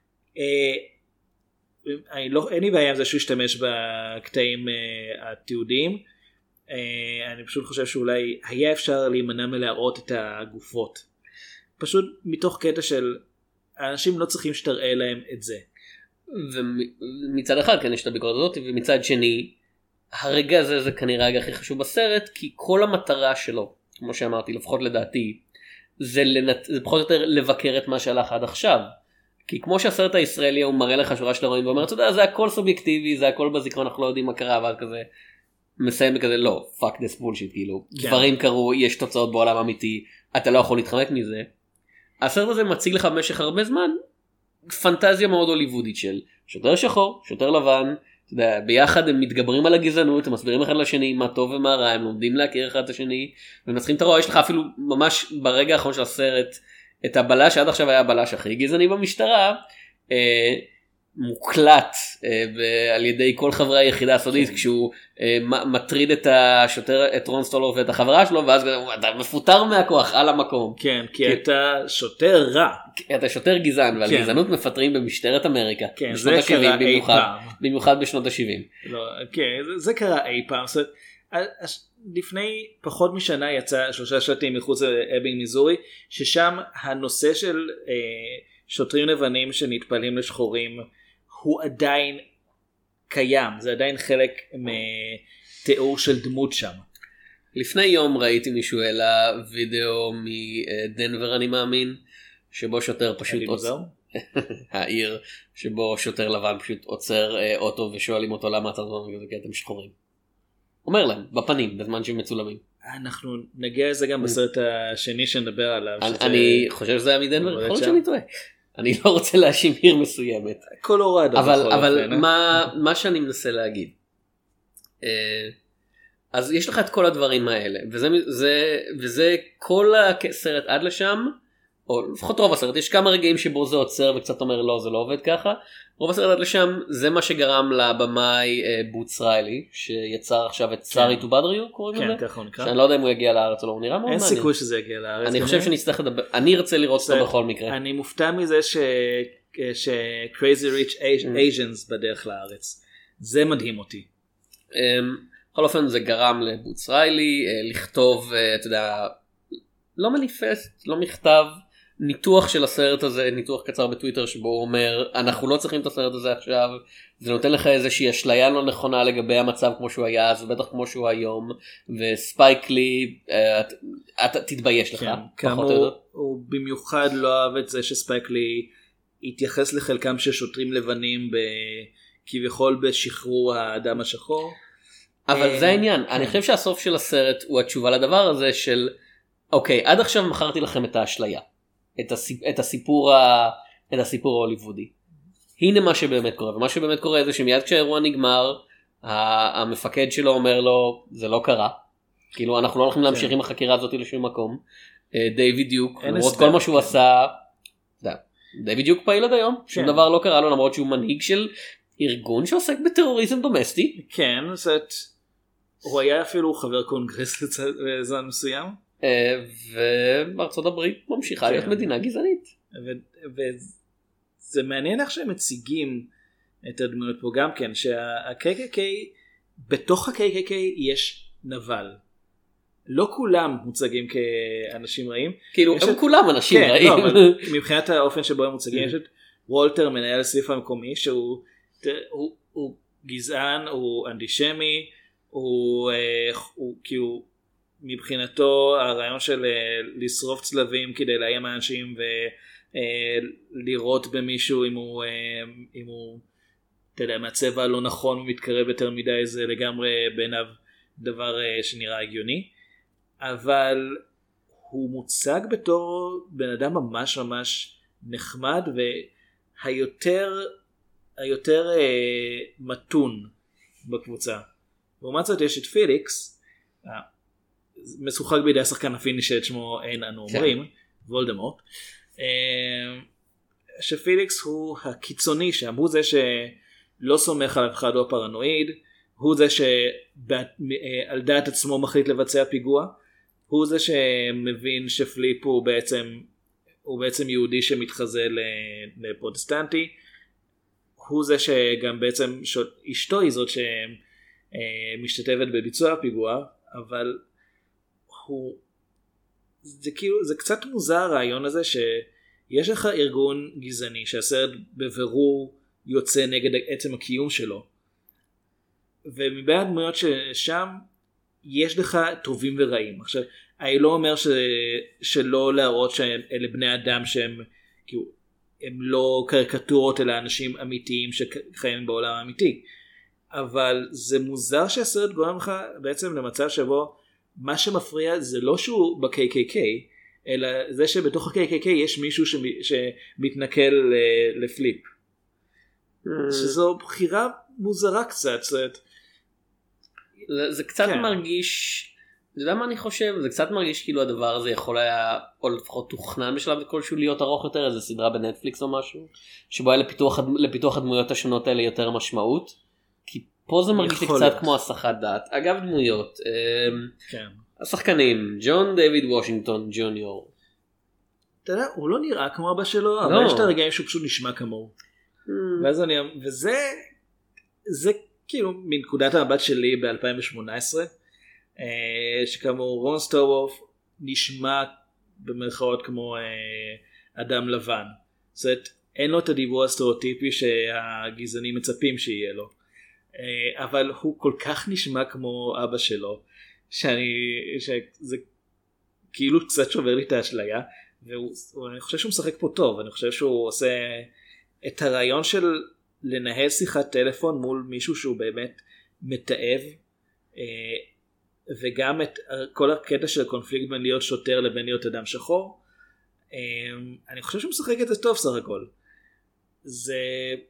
אין לי בעיה עם זה שהוא ישתמש בקטעים התיעודיים. אני פשוט חושב שאולי היה אפשר להימנע מלהראות את הגופות פשוט מתוך קטע של האנשים לא צריכים שתראה להם את זה. ומצד אחד כן יש את הביקורת הזאת ומצד שני הרגע הזה זה כנראה הרגע הכי חשוב בסרט כי כל המטרה שלו כמו שאמרתי לפחות לדעתי זה פחות או יותר לבקר את מה שהלך עד עכשיו. כי כמו שהסרט הישראלי הוא מראה לך שורה של אירועים ואומר, אתה יודע, זה הכל סובייקטיבי, זה הכל בזיכרון, אנחנו לא יודעים מה קרה, אבל כזה מסיים בכזה, לא, fuck this bullshit, כאילו, דברים קרו, יש תוצאות בעולם אמיתי, אתה לא יכול להתחמק מזה. הסרט הזה מציג לך במשך הרבה זמן, פנטזיה מאוד הוליוודית של שוטר שחור, שוטר לבן, אתה יודע, ביחד הם מתגברים על הגזענות, הם מסבירים אחד לשני מה טוב ומה רע, הם לומדים להכיר אחד את השני, ומנצחים את הרוע. יש לך אפילו ממש ברגע האחרון של הסרט, את הבלש שעד עכשיו היה הבלש הכי גזעני במשטרה, מוקלט על ידי כל חברי היחידה הסודית, כשהוא מטריד את השוטר, את רון סטולר ואת החברה שלו, ואז אתה מפוטר מהכוח על המקום. כן, כי אתה שוטר רע. אתה שוטר גזען, ועל גזענות מפטרים במשטרת אמריקה. כן, זה קרה אי פעם. במיוחד בשנות ה-70. כן, זה קרה אי פעם. לפני פחות משנה יצא 3 שלטים מחוץ לאבינג מיזורי, ששם הנושא של שוטרים לבנים שנטפלים לשחורים הוא עדיין קיים, זה עדיין חלק מתיאור של דמות שם. לפני יום ראיתי מישהו העלה וידאו מדנבר אני מאמין, שבו שוטר פשוט עוצר, העיר שבו שוטר לבן פשוט עוצר אוטו ושואלים אותו למה אתה זמן כי אתם שחורים. אומר להם בפנים בזמן שהם מצולמים. אנחנו נגיע לזה גם בסרט השני שנדבר עליו. אני חושב שזה היה מדנבר, יכול להיות שאני טועה. אני לא רוצה להאשים עיר מסוימת. קולורדו. אבל מה שאני מנסה להגיד, אז יש לך את כל הדברים האלה, וזה כל הסרט עד לשם, או לפחות רוב הסרט, יש כמה רגעים שבו זה עוצר וקצת אומר לא, זה לא עובד ככה. רוב הסרט עד לשם זה מה שגרם לבמאי בוץ ריילי, שיצר עכשיו את סארי טו בדריו, קוראים לזה? כן, ככה הוא נקרא. שאני לא יודע אם הוא יגיע לארץ או לא, הוא נראה מאוד מעניין. אין סיכוי שזה יגיע לארץ. אני חושב שנצטרך לדבר, אני ארצה לראות אותו בכל מקרה. אני מופתע מזה ש-Crazy Rich Asians בדרך לארץ. זה מדהים אותי. בכל אופן זה גרם לבוץ ריילי לכתוב, אתה יודע, לא מניפסט, לא מכתב, ניתוח של הסרט הזה, ניתוח קצר בטוויטר שבו הוא אומר, אנחנו לא צריכים את הסרט הזה עכשיו, זה נותן לך איזושהי אשליה לא נכונה לגבי המצב כמו שהוא היה אז, ובטח כמו שהוא היום, וספייק לי, אתה תתבייש לך. כן, הוא במיוחד לא אוהב את זה שספייק לי התייחס לחלקם של שוטרים לבנים כביכול בשחרור האדם השחור. אבל זה העניין, אני חושב שהסוף של הסרט הוא התשובה לדבר הזה של, אוקיי, עד עכשיו מכרתי לכם את האשליה. את הסיפור ההוליוודי. הנה מה שבאמת קורה, ומה שבאמת קורה זה שמיד כשהאירוע נגמר, המפקד שלו אומר לו, זה לא קרה. כאילו אנחנו לא הולכים להמשיך עם החקירה הזאת לשום מקום. דיוויד דיוק, למרות כל מה שהוא עשה, דיוויד דיוק פעיל עד היום, שום דבר לא קרה לו, למרות שהוא מנהיג של ארגון שעוסק בטרוריזם דומסטי. כן, הוא היה אפילו חבר קונגרס לזמן מסוים. ובארצות הברית ממשיכה להיות מדינה גזענית. וזה מעניין איך שהם מציגים את הדמויות פה גם כן, שה-KKK, בתוך ה-KKK יש נבל. לא כולם מוצגים כאנשים רעים. כאילו הם כולם אנשים רעים. מבחינת האופן שבו הם מוצגים, יש את וולטר מנהל הסניף המקומי, שהוא גזען, הוא אנטישמי, הוא כאילו מבחינתו הרעיון של לשרוף צלבים כדי לאיים אנשים ולירות במישהו אם הוא אתה יודע, מהצבע לא נכון ומתקרב יותר מדי, זה לגמרי בעיניו דבר שנראה הגיוני, אבל הוא מוצג בתור בן אדם ממש ממש נחמד והיותר מתון בקבוצה. לעומת זאת יש את פיליקס, משוחק בידי השחקן הפיני שאת שמו אין אנו אומרים, וולדמורט, שפיליקס הוא הקיצוני שם, הוא זה שלא סומך על אף אחד, הוא הפרנואיד, הוא זה שעל דעת עצמו מחליט לבצע פיגוע, הוא זה שמבין שפליפ הוא בעצם יהודי שמתחזה לפרוטסטנטי, הוא זה שגם בעצם אשתו היא זאת שמשתתפת בביצוע הפיגוע, אבל זה קצת מוזר הרעיון הזה שיש לך ארגון גזעני שהסרט בבירור יוצא נגד עצם הקיום שלו, ומבין הדמויות ששם יש לך טובים ורעים. עכשיו אני לא אומר שלא להראות שאלה בני אדם שהם כאילו הם לא קריקטורות אלא אנשים אמיתיים שחיים בעולם האמיתי, אבל זה מוזר שהסרט גורם לך בעצם למצב שבו מה שמפריע זה לא שהוא ב-KKK, אלא זה שבתוך ה-KKK יש מישהו שמתנכל לפליפ. שזו בחירה מוזרה קצת. זה קצת כן. מרגיש, אתה יודע מה אני חושב? זה קצת מרגיש כאילו הדבר הזה יכול היה, או לפחות תוכנן בשלב כלשהו להיות ארוך יותר, איזה סדרה בנטפליקס או משהו, שבו היה לפיתוח הדמויות השונות האלה יותר משמעות, כי פה זה מרגיש לי קצת כמו הסחת דעת. אגב דמויות, כן. השחקנים, ג'ון דיוויד וושינגטון ג'וניור. אתה יודע, הוא לא נראה כמו אבא שלו, אבל יש את הרגעים שהוא פשוט נשמע כמוהו. וזה כאילו מנקודת המבט שלי ב-2018, שכאמור רון סטוורוף נשמע במרכאות כמו אדם לבן. זאת אומרת, אין לו את הדיבור הסטריאוטיפי שהגזענים מצפים שיהיה לו. אבל הוא כל כך נשמע כמו אבא שלו, שזה כאילו קצת שובר לי את האשליה, ואני חושב שהוא משחק פה טוב, אני חושב שהוא עושה את הרעיון של לנהל שיחת טלפון מול מישהו שהוא באמת מתאב, וגם את כל הקטע של קונפליקט בין להיות שוטר לבין להיות אדם שחור, אני חושב שהוא משחק את זה טוב סך הכל. זה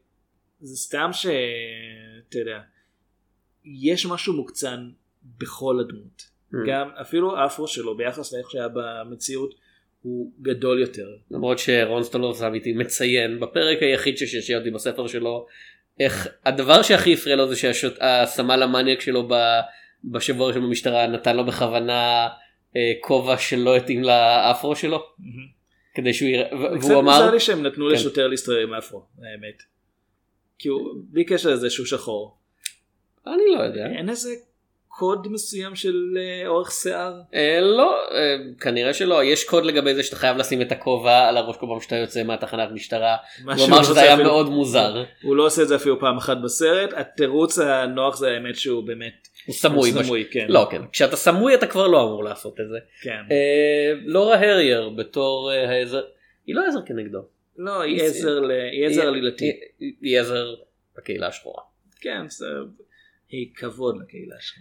סתם אתה יודע, יש משהו מוקצן בכל הדמות. גם אפילו האפרו שלו ביחס לאיך שהיה במציאות הוא גדול יותר. למרות שרון סטוורוף אמיתי מציין בפרק היחיד ששישי בספר שלו, איך הדבר שהכי הפריע לו זה שהסמל המניאק שלו בשבוע הראשון במשטרה נתן לו בכוונה כובע שלא התאים לאפרו שלו. כדי שהוא יראה, והוא אמר... קצת מוזר לי שהם נתנו לשוטר להסתובב עם אפרו, האמת. כי הוא בלי קשר לזה שהוא שחור. אני לא יודע. אין איזה קוד מסוים של אורך שיער? לא, כנראה שלא. יש קוד לגבי זה שאתה חייב לשים את הכובע על הראש כל פעם שאתה יוצא מהתחנת משטרה. הוא אמר שזה היה מאוד מוזר. הוא לא עושה את זה אפילו פעם אחת בסרט. התירוץ הנוח זה האמת שהוא באמת... הוא סמוי. כן. לא, כן. כשאתה סמוי אתה כבר לא אמור לעשות את זה. כן. לורה הרייר בתור העזר. היא לא עזר כנגדו. לא, היא עזר עלילתי. היא עזר בקהילה השחורה. כן, היא כבוד לקהילה השחורה.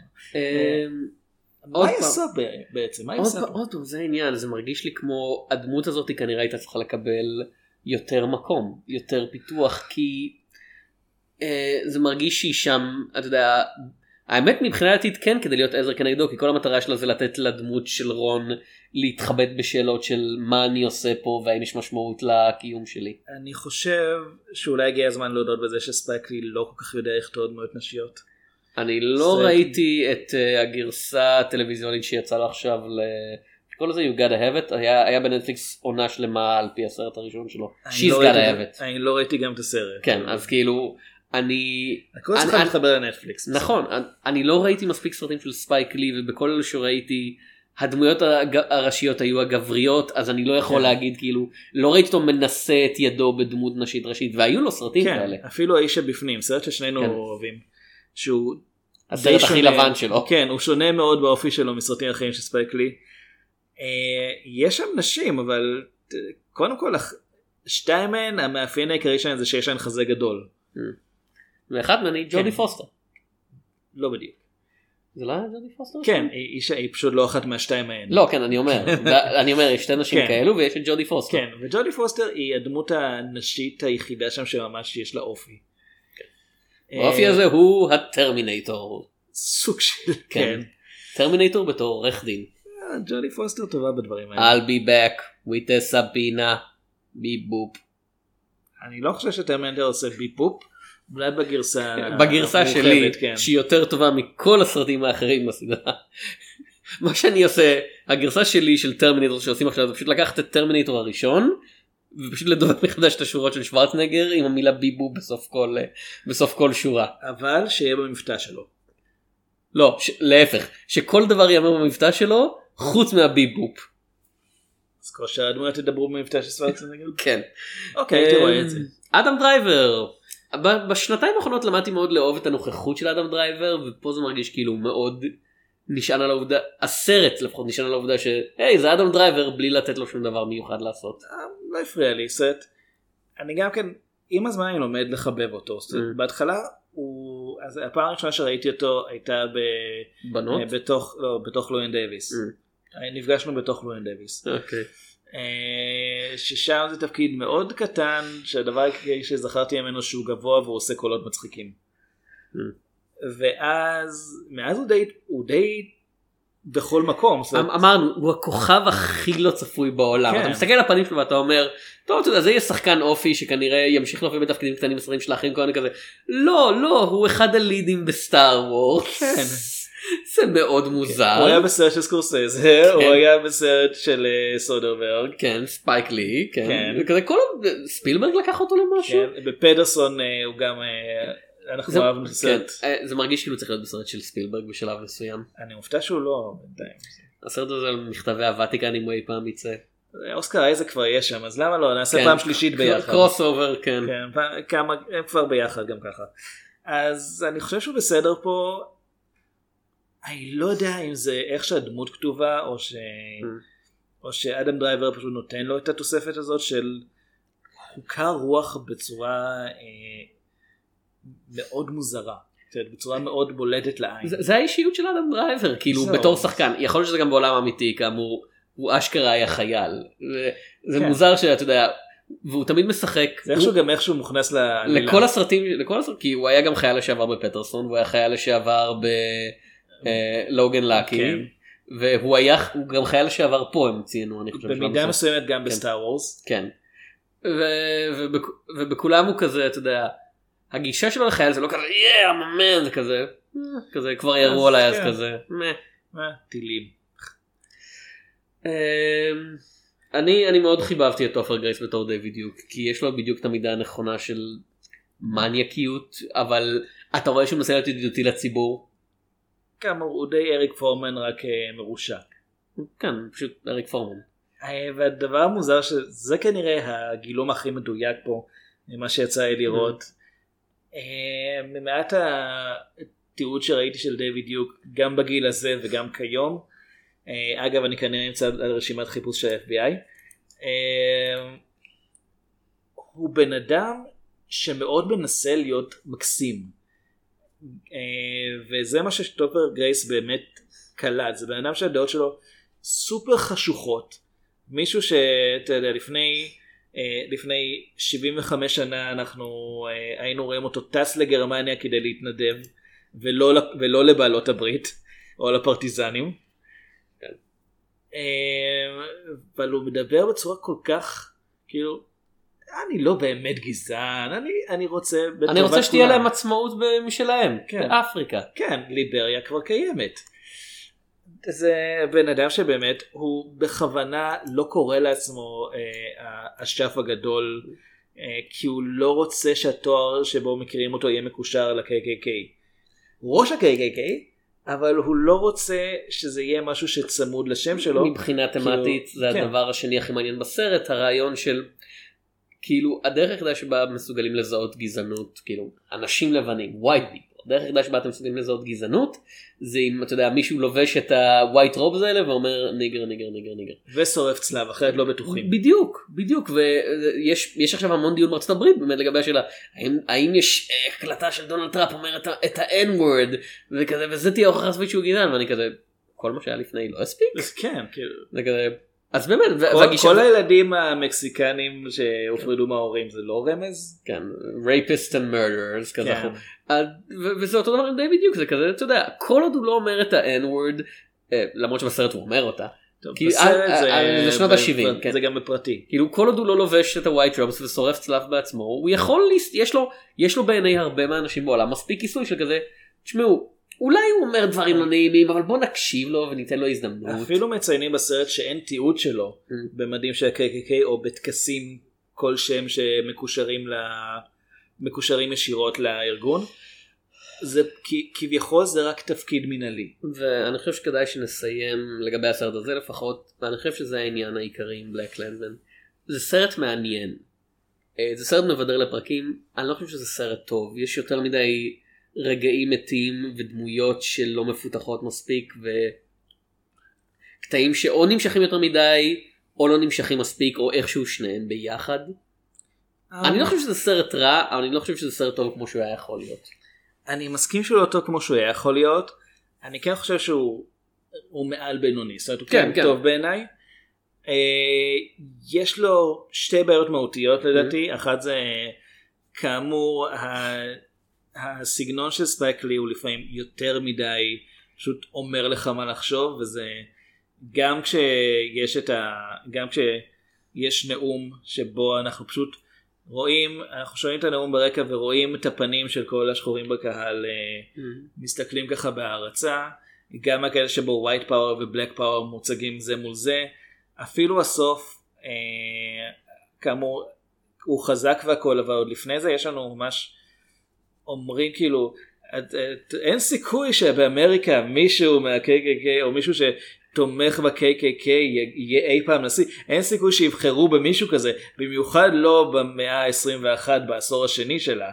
מה היא עושה בעצם? עוד פעם, זה העניין. זה מרגיש לי כמו הדמות הזאת היא כנראה הייתה צריכה לקבל יותר מקום, יותר פיתוח, כי זה מרגיש שהיא שם, אתה יודע, האמת מבחינתית כן כדי להיות עזר כנגדו, כי כל המטרה שלה זה לתת לדמות של רון להתחבט בשאלות של מה אני עושה פה והאם יש משמעות לקיום שלי. אני חושב שאולי הגיע הזמן להודות בזה שספייק לי לא כל כך יודע לכתוב דמויות נשיות. אני לא ראיתי את הגרסה הטלוויזיונית שיצאה לה עכשיו כל זה you gotta have it, היה בנטפליקס עונה שלמה על פי הסרט הראשון שלו. She's gotta have it. אני לא ראיתי גם את הסרט. כן, אז כאילו הכל צריכה להתחבר לנטפליקס. נכון, אני לא ראיתי מספיק סרטים של ספייק לי, ובכל אלה שראיתי הדמויות הראשיות היו הגבריות, אז אני לא יכול להגיד כאילו, לא ראיתי אותו מנסה את ידו בדמות נשית ראשית, והיו לו סרטים כאלה. אפילו האיש שבפנים, סרט ששנינו אוהבים, שהוא הסרט הכי לבן שלו. כן, הוא שונה מאוד באופי שלו מסרטים אחרים של ספייק לי. יש שם נשים, אבל קודם כל, שתיים מהן, המאפיין העיקרי שלהן זה שיש להן חזה גדול. ואחד מני ג'ודי פוסטר. לא בדיוק. זה לא היה ג'ודי פוסטר? כן, היא פשוט לא אחת מהשתיים מהן. לא, כן, אני אומר, יש שתי נשים כאלו ויש את ג'ודי פוסטר. כן, וג'ודי פוסטר היא הדמות הנשית היחידה שם שממש יש לה אופי. האופי הזה הוא הטרמינטור. סוג של, כן. טרמינטור בתור עורך דין. ג'ודי פוסטר טובה בדברים האלה. I'll be back with a Sabina ביפ בופ. אני לא חושב שטרמינטור עושה ביפ בופ. אולי בגרסה שלי שהיא יותר טובה מכל הסרטים האחרים בסדרה. מה שאני עושה, הגרסה שלי של טרמינטור שעושים עכשיו זה פשוט לקחת את טרמינטור הראשון ופשוט לדובב מחדש את השורות של שוורצנגר עם המילה ביבו בסוף כל שורה. אבל שיהיה במבטא שלו. לא, להפך, שכל דבר יאמר במבטא שלו חוץ מהביבופ. אז כל שהדמויות תדברו במבטא של שוורצנגר? כן. אוקיי, הייתי רואה את זה. אדם דרייבר. בשנתיים האחרונות למדתי מאוד לאהוב את הנוכחות של אדם דרייבר, ופה זה מרגיש כאילו מאוד נשען על העובדה, הסרט לפחות נשען על העובדה שהי זה אדם דרייבר בלי לתת לו שום דבר מיוחד לעשות. לא הפריע לי, סרט. אני גם כן, עם הזמן אני לומד לחבב אותו. בהתחלה, אז הפעם הראשונה שראיתי אותו הייתה בתוך לואין דייביס. נפגשנו בתוך לואין דייביס. אוקיי. ששם זה תפקיד מאוד קטן, שהדבר שזכרתי ממנו שהוא גבוה והוא עושה קולות מצחיקים. ואז מאז הוא די בכל מקום. אמרנו, הוא הכוכב הכי לא צפוי בעולם. אתה מסתכל על הפנים שלו ואתה אומר, טוב, אתה יודע, זה יהיה שחקן אופי שכנראה ימשיך להופיע בתפקידים קטנים בסרטים של האחרים כזה. לא, הוא אחד הלידים בסטאר וורס. כן. זה מאוד מוזר. הוא היה בסרט של סקורסזה, הוא היה בסרט של סודרברג. כן, ספייק לי, כן. כזה כל ספילברג לקח אותו למשהו. כן, בפדרסון הוא גם, אנחנו אוהבנו את הסרט. זה מרגיש כאילו צריך להיות בסרט של ספילברג בשלב מסוים. אני מופתע שהוא לא, בינתיים. הסרט הזה על מכתבי הוותיקן אם הוא אי פעם יצא. אוסקר אייזק כבר יש שם, אז למה לא? נעשה פעם שלישית ביחד. קרוס אובר, כן. הם כבר ביחד גם ככה. אז אני חושב שהוא בסדר פה. אני לא יודע אם זה איך שהדמות כתובה או שאדם דרייבר פשוט נותן לו את התוספת הזאת של חוקה רוח בצורה מאוד מוזרה, בצורה מאוד בולטת לעין. זה האישיות של אדם דרייבר, כאילו בתור שחקן. יכול להיות שזה גם בעולם אמיתי, כאמור, הוא אשכרה היה חייל. זה מוזר שאתה יודע, והוא תמיד משחק. זה איכשהו מוכנס לכל הסרטים, כי הוא היה גם חייל לשעבר בפטרסון, והוא היה חייל לשעבר לוגן לקי, והוא גם חייל לשעבר פה, הם ציינו, אני חושב. במידה מסוימת גם בסטאר וורס. כן. ובכולם הוא כזה, אתה יודע, הגישה שלו לחייל זה לא כזה, man, זה כזה, כבר ירו עליי אז כזה, טילים. אני מאוד חיבבתי את טופר גרייס בתור דיוויד דיוק, כי יש לו בדיוק את המידה הנכונה של מניאקיות, אבל אתה רואה שהוא מנסה להיות ידידותי לציבור. כאמור, הוא די אריק פורמן רק מרושע. כן, פשוט אריק פורמן. והדבר המוזר שזה כנראה הגילום הכי מדויק פה, ממה שיצא לי לראות. ממעט התיעוד שראיתי של דיוויד דיוק, גם בגיל הזה וגם כיום, אגב אני כנראה נמצא על רשימת חיפוש של ה-FBI, הוא בן אדם שמאוד מנסה להיות מקסים. וזה מה שטופר גרייס באמת קלט, זה בן אדם שהדעות שלו סופר חשוכות, מישהו שאתה יודע לפני 75 שנה אנחנו היינו רואים אותו טס לגרמניה כדי להתנדב ולא לבעלות הברית או לפרטיזנים, אבל הוא מדבר בצורה כל כך כאילו אני לא באמת גזען, אני רוצה שתהיה להם עצמאות משלהם, באפריקה. כן, ליבריה כבר קיימת. זה בן אדם שבאמת הוא בכוונה לא קורא לעצמו השף הגדול, כי הוא לא רוצה שהתואר שבו מכירים אותו יהיה מקושר ל-KKK. הוא ראש ה-KKK, אבל הוא לא רוצה שזה יהיה משהו שצמוד לשם שלו. מבחינה תמטית זה הדבר השני הכי מעניין בסרט, הרעיון של כאילו הדרך היחידה שבה מסוגלים לזהות גזענות, כאילו אנשים לבנים, white people, הדרך היחידה שבה אתם מסוגלים לזהות גזענות זה אם אתה יודע מישהו לובש את ה-white robes האלה ואומר ניגר ניגר ניגר ניגר ושורף צלב, אחרת לא בטוחים. בדיוק, ויש עכשיו המון דיון בארצות הברית באמת לגבי השאלה האם יש הקלטה של דונלד טראמפ אומר את ה-N-word וכזה, וזה תהיה הוכחה סביב שהוא גזען, ואני כזה כל מה שהיה לפני לא הספיק. כן, כאילו זה כזה אז באמת, כל הילדים המקסיקנים שהופרדו מההורים זה לא רמז? כן, rapists and murderers כזה. וזה אותו דבר עם דיוויד דיוק, זה כזה, אתה יודע, כל עוד הוא לא אומר את ה-N-word, למרות שבסרט הוא אומר אותה. זה שנות ה-70. זה גם בפרטי. כאילו כל עוד הוא לא לובש את ה-white robes ושורף צלף בעצמו, הוא יכול, יש לו בעיני הרבה מהאנשים בעולם מספיק כיסוי של כזה, תשמעו, אולי הוא אומר דברים לא נעימים, אבל בוא נקשיב לו וניתן לו הזדמנות. אפילו מציינים בסרט שאין תיעוד שלו במדים של ה-KKK או בתקסים כלשהם שמקושרים ישירות לארגון. זה כביכול זה רק תפקיד מנהלי. ואני חושב שכדאי שנסיים לגבי הסרט הזה לפחות, ואני חושב שזה העניין העיקרי עם בלק קלנסמן. זה סרט מעניין. זה סרט מבדר לפרקים, אני לא חושב שזה סרט טוב. יש יותר מדי רגעים מתים ודמויות שלא מפותחות מספיק וקטעים שאו נמשכים יותר מדי או לא נמשכים מספיק או איכשהו שניהם ביחד. אני לא חושב שזה סרט רע, אבל אני לא חושב שזה סרט טוב כמו שהוא היה יכול להיות. אני מסכים שהוא לא טוב כמו שהוא היה יכול להיות. אני כן חושב שהוא מעל בינוני, זאת אומרת הוא כן טוב בעיניי. יש לו שתי בעיות מהותיות לדעתי. אחת זה כאמור הסגנון של ספייק לי הוא לפעמים יותר מדי פשוט אומר לך מה לחשוב, וזה גם כשיש נאום שבו אנחנו פשוט רואים, אנחנו שומעים את הנאום ברקע ורואים את הפנים של כל השחורים בקהל מסתכלים ככה בהערצה, גם הכאלה שבו ווייט פאוור ובלק פאוור מוצגים זה מול זה, אפילו הסוף כאמור הוא חזק והכל, אבל עוד לפני זה יש לנו ממש אומרים כאילו אין סיכוי שבאמריקה מישהו מה-KKK או מישהו שתומך ב-KKK יהיה אי פעם נשיא, אין סיכוי שיבחרו במישהו כזה, במיוחד לא במאה ה-21 בעשור השני שלה,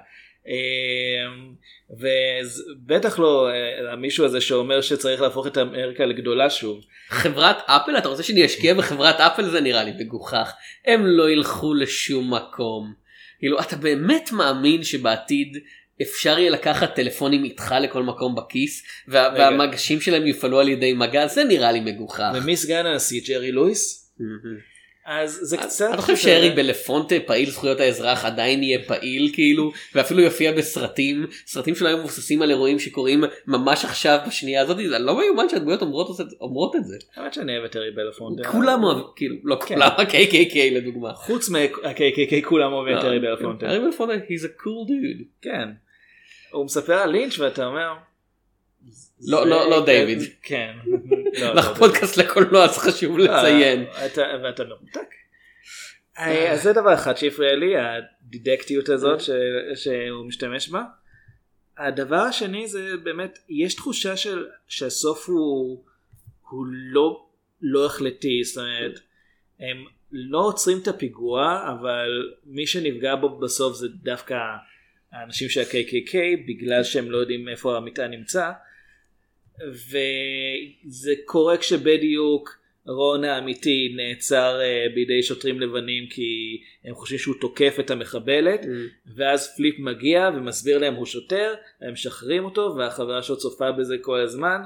ובטח לא המישהו הזה שאומר שצריך להפוך את אמריקה לגדולה שוב. חברת אפל, אתה רוצה שאני אשקיע בחברת אפל? זה נראה לי מגוחך, הם לא ילכו לשום מקום. כאילו אתה באמת מאמין שבעתיד אפשר יהיה לקחת טלפונים איתך לכל מקום בכיס והמגשים שלהם יופעלו על ידי מגע? זה נראה לי מגוחך. ומי סגן הנשיא? ג'רי לואיס? אז זה קצת... אתה חושב שארי בלפונטה פעיל זכויות האזרח עדיין יהיה פעיל כאילו, ואפילו יופיע בסרטים שלו היו מבוססים על אירועים שקורים ממש עכשיו בשנייה הזאת? זה לא מיומן שהדמויות אומרות את זה. האמת שאני אוהב את ארי בלפונטה. כולם אוהבים, כאילו, לא כולם, ה-KKK לדוגמה. חוץ מה-KKK כולם אוהבים את ארי בלפונטה. ארי בלפונטה, he's a cool dude. כן. הוא מספר על לינץ' ואתה אומר... לא דיוויד. כן. אנחנו פודקאסט לקולנוע, אז חשוב לציין. ואתה מרותק. אז זה דבר אחד שהפריע לי, הדידקטיות הזאת שהוא משתמש בה. הדבר השני זה באמת, יש תחושה שהסוף הוא לא החלטי, זאת אומרת, הם לא עוצרים את הפיגוע, אבל מי שנפגע בו בסוף זה דווקא האנשים של ה-KKK, בגלל שהם לא יודעים איפה המטען נמצא, וזה קורה כשבדיוק רון האמיתי נעצר בידי שוטרים לבנים כי הם חושבים שהוא תוקף את המחבלת, ואז פליפ מגיע ומסביר להם הוא שוטר, הם משחררים אותו והחברה שלו צופה בזה כל הזמן,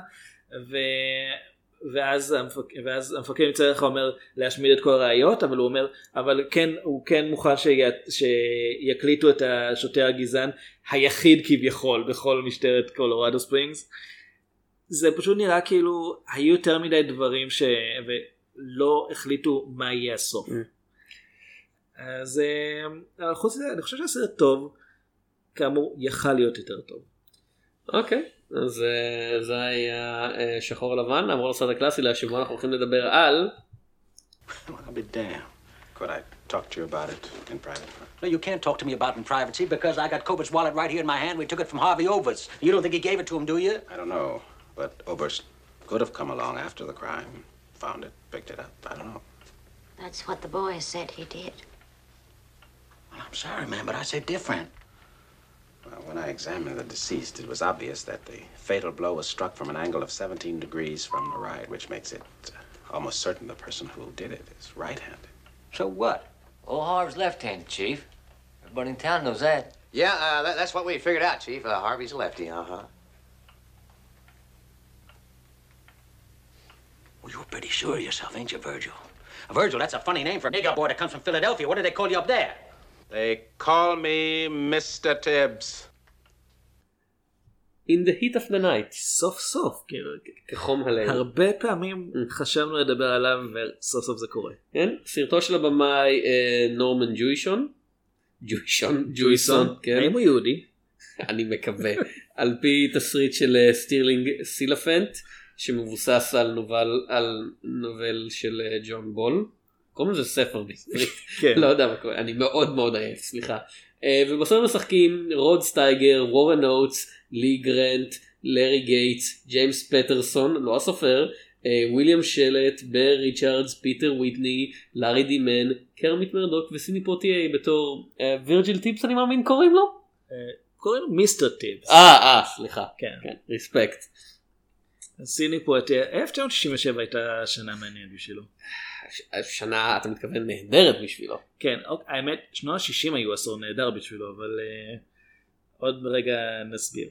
ואז המפקד מצד לך אומר להשמיד את כל הראיות, אבל הוא אומר הוא כן מוכן שיקליטו את השוטר הגזען היחיד כביכול בכל משטרת קולורדו ספרינגס. זה פשוט נראה כאילו היו יותר מדי דברים ולא החליטו מה יהיה הסוף. אז חוץ מזה אני חושב שהסרט טוב, כאמור יכל להיות יותר טוב. אוקיי, אז זה היה שחור לבן, נעבור לסרט הקלאסי שבו אנחנו הולכים לדבר על... I'll be damned. Could I talk to you about it in private? No, you can't talk to me about it in privacy because I got Cobert's wallet right here in my hand. We took it from Harvey Oberst. You don't think he gave it to him, do you? I don't know, but Oberst could have come along after the crime, found it, picked it up. I don't know. That's what the boys said he did. Well, I'm sorry, man, but I say different. Well, when I examined the deceased, it was obvious that the fatal blow was struck from an angle of 17 degrees from the right, which makes it almost certain the person who did it is right-handed. So what? Old Harv's left-handed, Chief. Everybody in town knows that. Yeah, that's what we figured out, Chief. Harvey's a lefty, uh-huh. Well, you're pretty sure of yourself, ain't you, Virgil? Virgil, that's a funny name for a nigger boy that comes from Philadelphia. What do they call you up there? They call me Mr. Tibbs. In the heat of the night. סוף סוף. כחום הלילה. הרבה פעמים חשבנו לדבר עליו וסוף סוף זה קורה. כן, סרטו של הבמאי נורמן ג'ויסון. האם הוא יהודי? אני מקווה. על פי תסריט של סטירלינג סילפנט, שמבוסס על נובל של ג'ון בול. קוראים לזה ספר בעברית. לא יודע מה קורה, אני מאוד מאוד עייף, סליחה. ובסוף משחקים רוד סטייגר, וורן אוטס, לי גרנט, לארי גייטס, ג'יימס פטרסון, לא הסופר, וויליאם שלט, בר ריצ'רדס, פיטר וויטני, לארי דימן, קרמיט מרדוק וסיני פוטיי בתור וירג'יל טיפס, אני מאמין קוראים לו? קוראים לו מיסטר טיפס. סליחה. כן. ריספקט. סיני פוטיי, 1967 הייתה שנה מעניינת בשבילו. שנה, אתה מתכוון נהדרת בשבילו. כן, האמת, שנות ה-60 היו עשור נהדר בשבילו, אבל עוד רגע נסביר.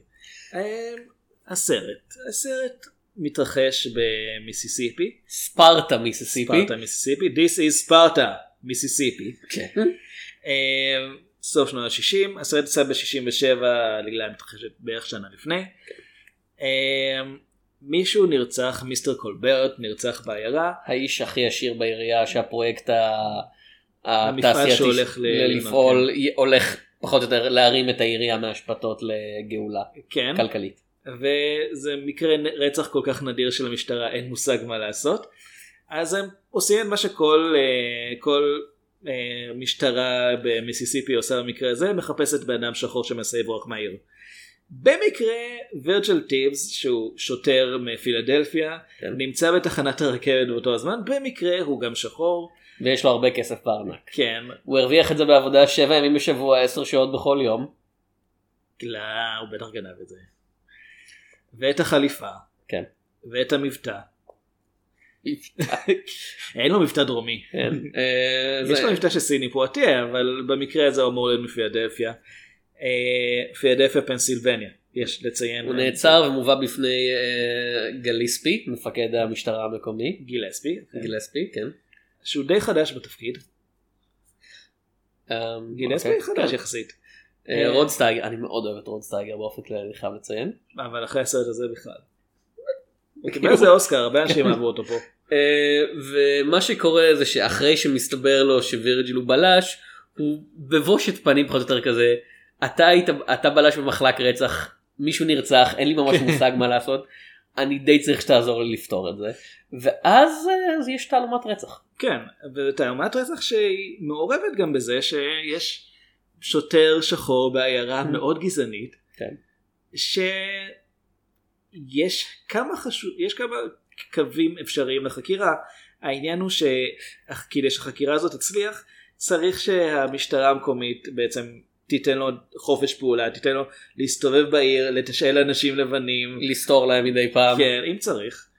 הסרט מתרחש במיסיסיפי. ספרטה מיסיסיפי. This is Sparta, מיסיסיפי. סוף שנות ה-60, הסרט יצא ב-67, לגלה מתרחשת בערך שנה לפני. מישהו נרצח, מיסטר קולברט נרצח בעיירה. האיש הכי עשיר בעירייה שהפרויקט המפעל שהולך לפעול, הולך פחות או יותר להרים את העירייה מהשפטות לגאולה כלכלית. וזה מקרה רצח כל כך נדיר של המשטרה, אין מושג מה לעשות. אז הם עושים את מה שכל משטרה במיסיסיפי עושה במקרה הזה, מחפשת באדם שחור שמנסה לברוח מהעיר. במקרה וירג'ל טיבס, שהוא שוטר מפילדלפיה, נמצא בתחנת הרכבת באותו הזמן, במקרה הוא גם שחור. ויש לו הרבה כסף בארנק. כן. הוא הרוויח את זה בעבודה 7 ימים בשבוע, 10 שעות בכל יום. לא, הוא בטח גנב את זה. ואת החליפה. כן. ואת המבטא. אין לו מבטא דרומי. יש לו מבטא שסיני פואטיה, אבל במקרה הזה הוא אמור להיות מפילדלפיה. פילדלפיה פנסילבניה. יש לציין. הוא נעצר ומובא בפני גליספי, מפקד המשטרה המקומי. גילספי, כן. שהוא די חדש בתפקיד. גילספי חדש יחסית. רוד סטייגר, אני מאוד אוהב את רוד סטייגר באופן כללי, אני חייב לציין. אבל אחרי הסרט הזה בכלל. הוא קיבל איזה אוסקר, הרבה אנשים אהבו אותו פה. ומה שקורה זה שאחרי שמסתבר לו שווירג'יל הוא בלש, הוא בבושת פנים פחות או יותר כזה, אתה בלש במחלק רצח, מישהו נרצח, אין לי ממש מושג מה לעשות, אני די צריך שתעזור לי לפתור את זה. ואז יש תעלומת רצח. כן, ותעלומת רצח שהיא מעורבת גם בזה שיש שוטר שחור בעיירה מאוד גזענית, שיש כמה קווים אפשריים לחקירה. העניין הוא שכדי שהחקירה הזאת תצליח, צריך שהמשטרה המקומית בעצם תיתן לו חופש פעולה, תיתן לו להסתובב בעיר, לתשאל אנשים לבנים, לסתור להם מדי פעם. כן, אם צריך.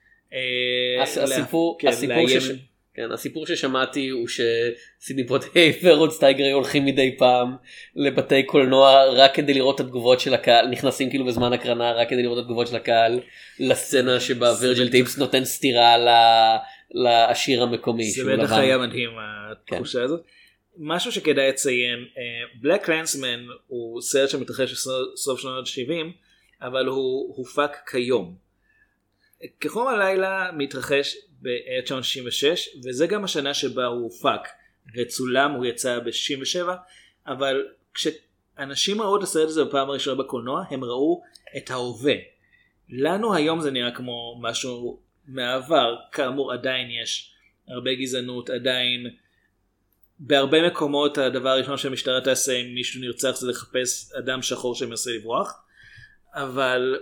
הסיפור ששמעתי הוא שסידני פואטיה ורוד סטייגר הולכים מדי פעם לבתי קולנוע רק כדי לראות את התגובות של הקהל, נכנסים כאילו בזמן הקרנה רק כדי לראות את התגובות של הקהל לסצנה שבה וירג'יל טיבס נותן סתירה לעשיר המקומי. זה בטח היה מדהים התחושה הזאת. משהו שכדאי לציין, בלק קלנסמן הוא סרט שמתרחש בסוף שנות ה-70, אבל הוא הופק כיום. כחום הלילה מתרחש ב-1966, וזה גם השנה שבה הוא הופק. וצולם הוא יצא ב-67, אבל כשאנשים ראו את הסרט הזה בפעם הראשונה בקולנוע, הם ראו את ההווה. לנו היום זה נראה כמו משהו מעבר, כאמור עדיין יש הרבה גזענות, עדיין בהרבה מקומות הדבר הראשון שהמשטרה תעשה אם מישהו נרצח זה לחפש אדם שחור שמנסה לברוח, אבל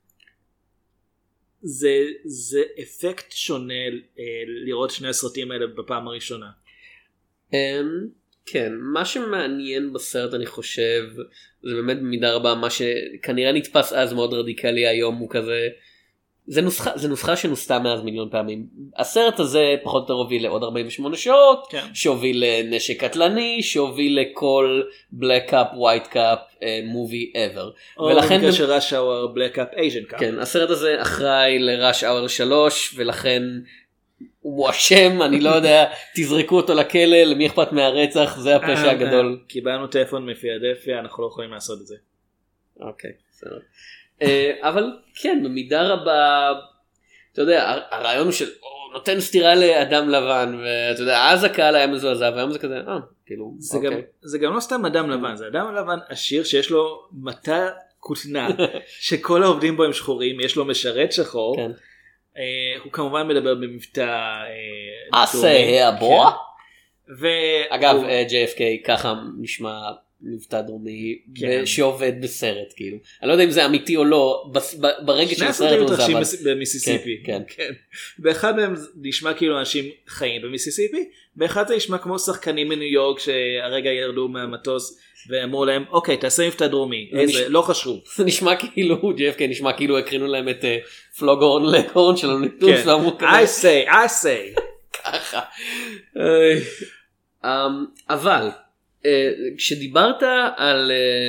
זה אפקט שונה לראות שני הסרטים האלה בפעם הראשונה. כן, מה שמעניין בסרט אני חושב זה באמת במידה רבה מה שכנראה נתפס אז מאוד רדיקלי, היום הוא כזה, זה נוסחה שנוסתה מאז מיליון פעמים. הסרט הזה פחות או יותר הוביל לעוד 48 שעות, שהוביל לנשק קטלני, שהוביל לכל black cup, white cup movie ever. או במקרה של rush hour, black cup, asian cup. כן, הסרט הזה אחראי ל-rush hour 3, ולכן הוא מואשם, אני לא יודע, תזרקו אותו לכלא, למי אכפת מהרצח, זה הפשע הגדול. קיבלנו טלפון מפילדלפיה, אנחנו לא יכולים לעשות את זה. אוקיי, בסדר. אבל כן, במידה רבה, אתה יודע, הרעיון הוא של נותן סתירה לאדם לבן, ואתה יודע, אז הקהל היה מזועזע, והיום זה כזה, כאילו, זה גם לא סתם אדם לבן, זה אדם לבן עשיר שיש לו מטע כותנה, שכל העובדים בו הם שחורים, יש לו משרת שחור, הוא כמובן מדבר במבטא עשה הבוע? אגב, JFK ככה נשמע מבטא דרומי שעובד בסרט, כאילו אני לא יודע אם זה אמיתי או לא, ברגע של הסרט הוא מתרחשים במיסיסיפי, באחד מהם נשמע כאילו אנשים חיים במיסיסיפי, באחד זה נשמע כמו שחקנים מניו יורק שהרגע ירדו מהמטוס ואמרו להם אוקיי תעשה מבטא דרומי, לא חשוב. זה נשמע כאילו JFK נשמע כאילו הקרינו להם את פלוגהורן לקהורן שלנו ניטוס ואמרו כזה I say ככה. אבל כשדיברת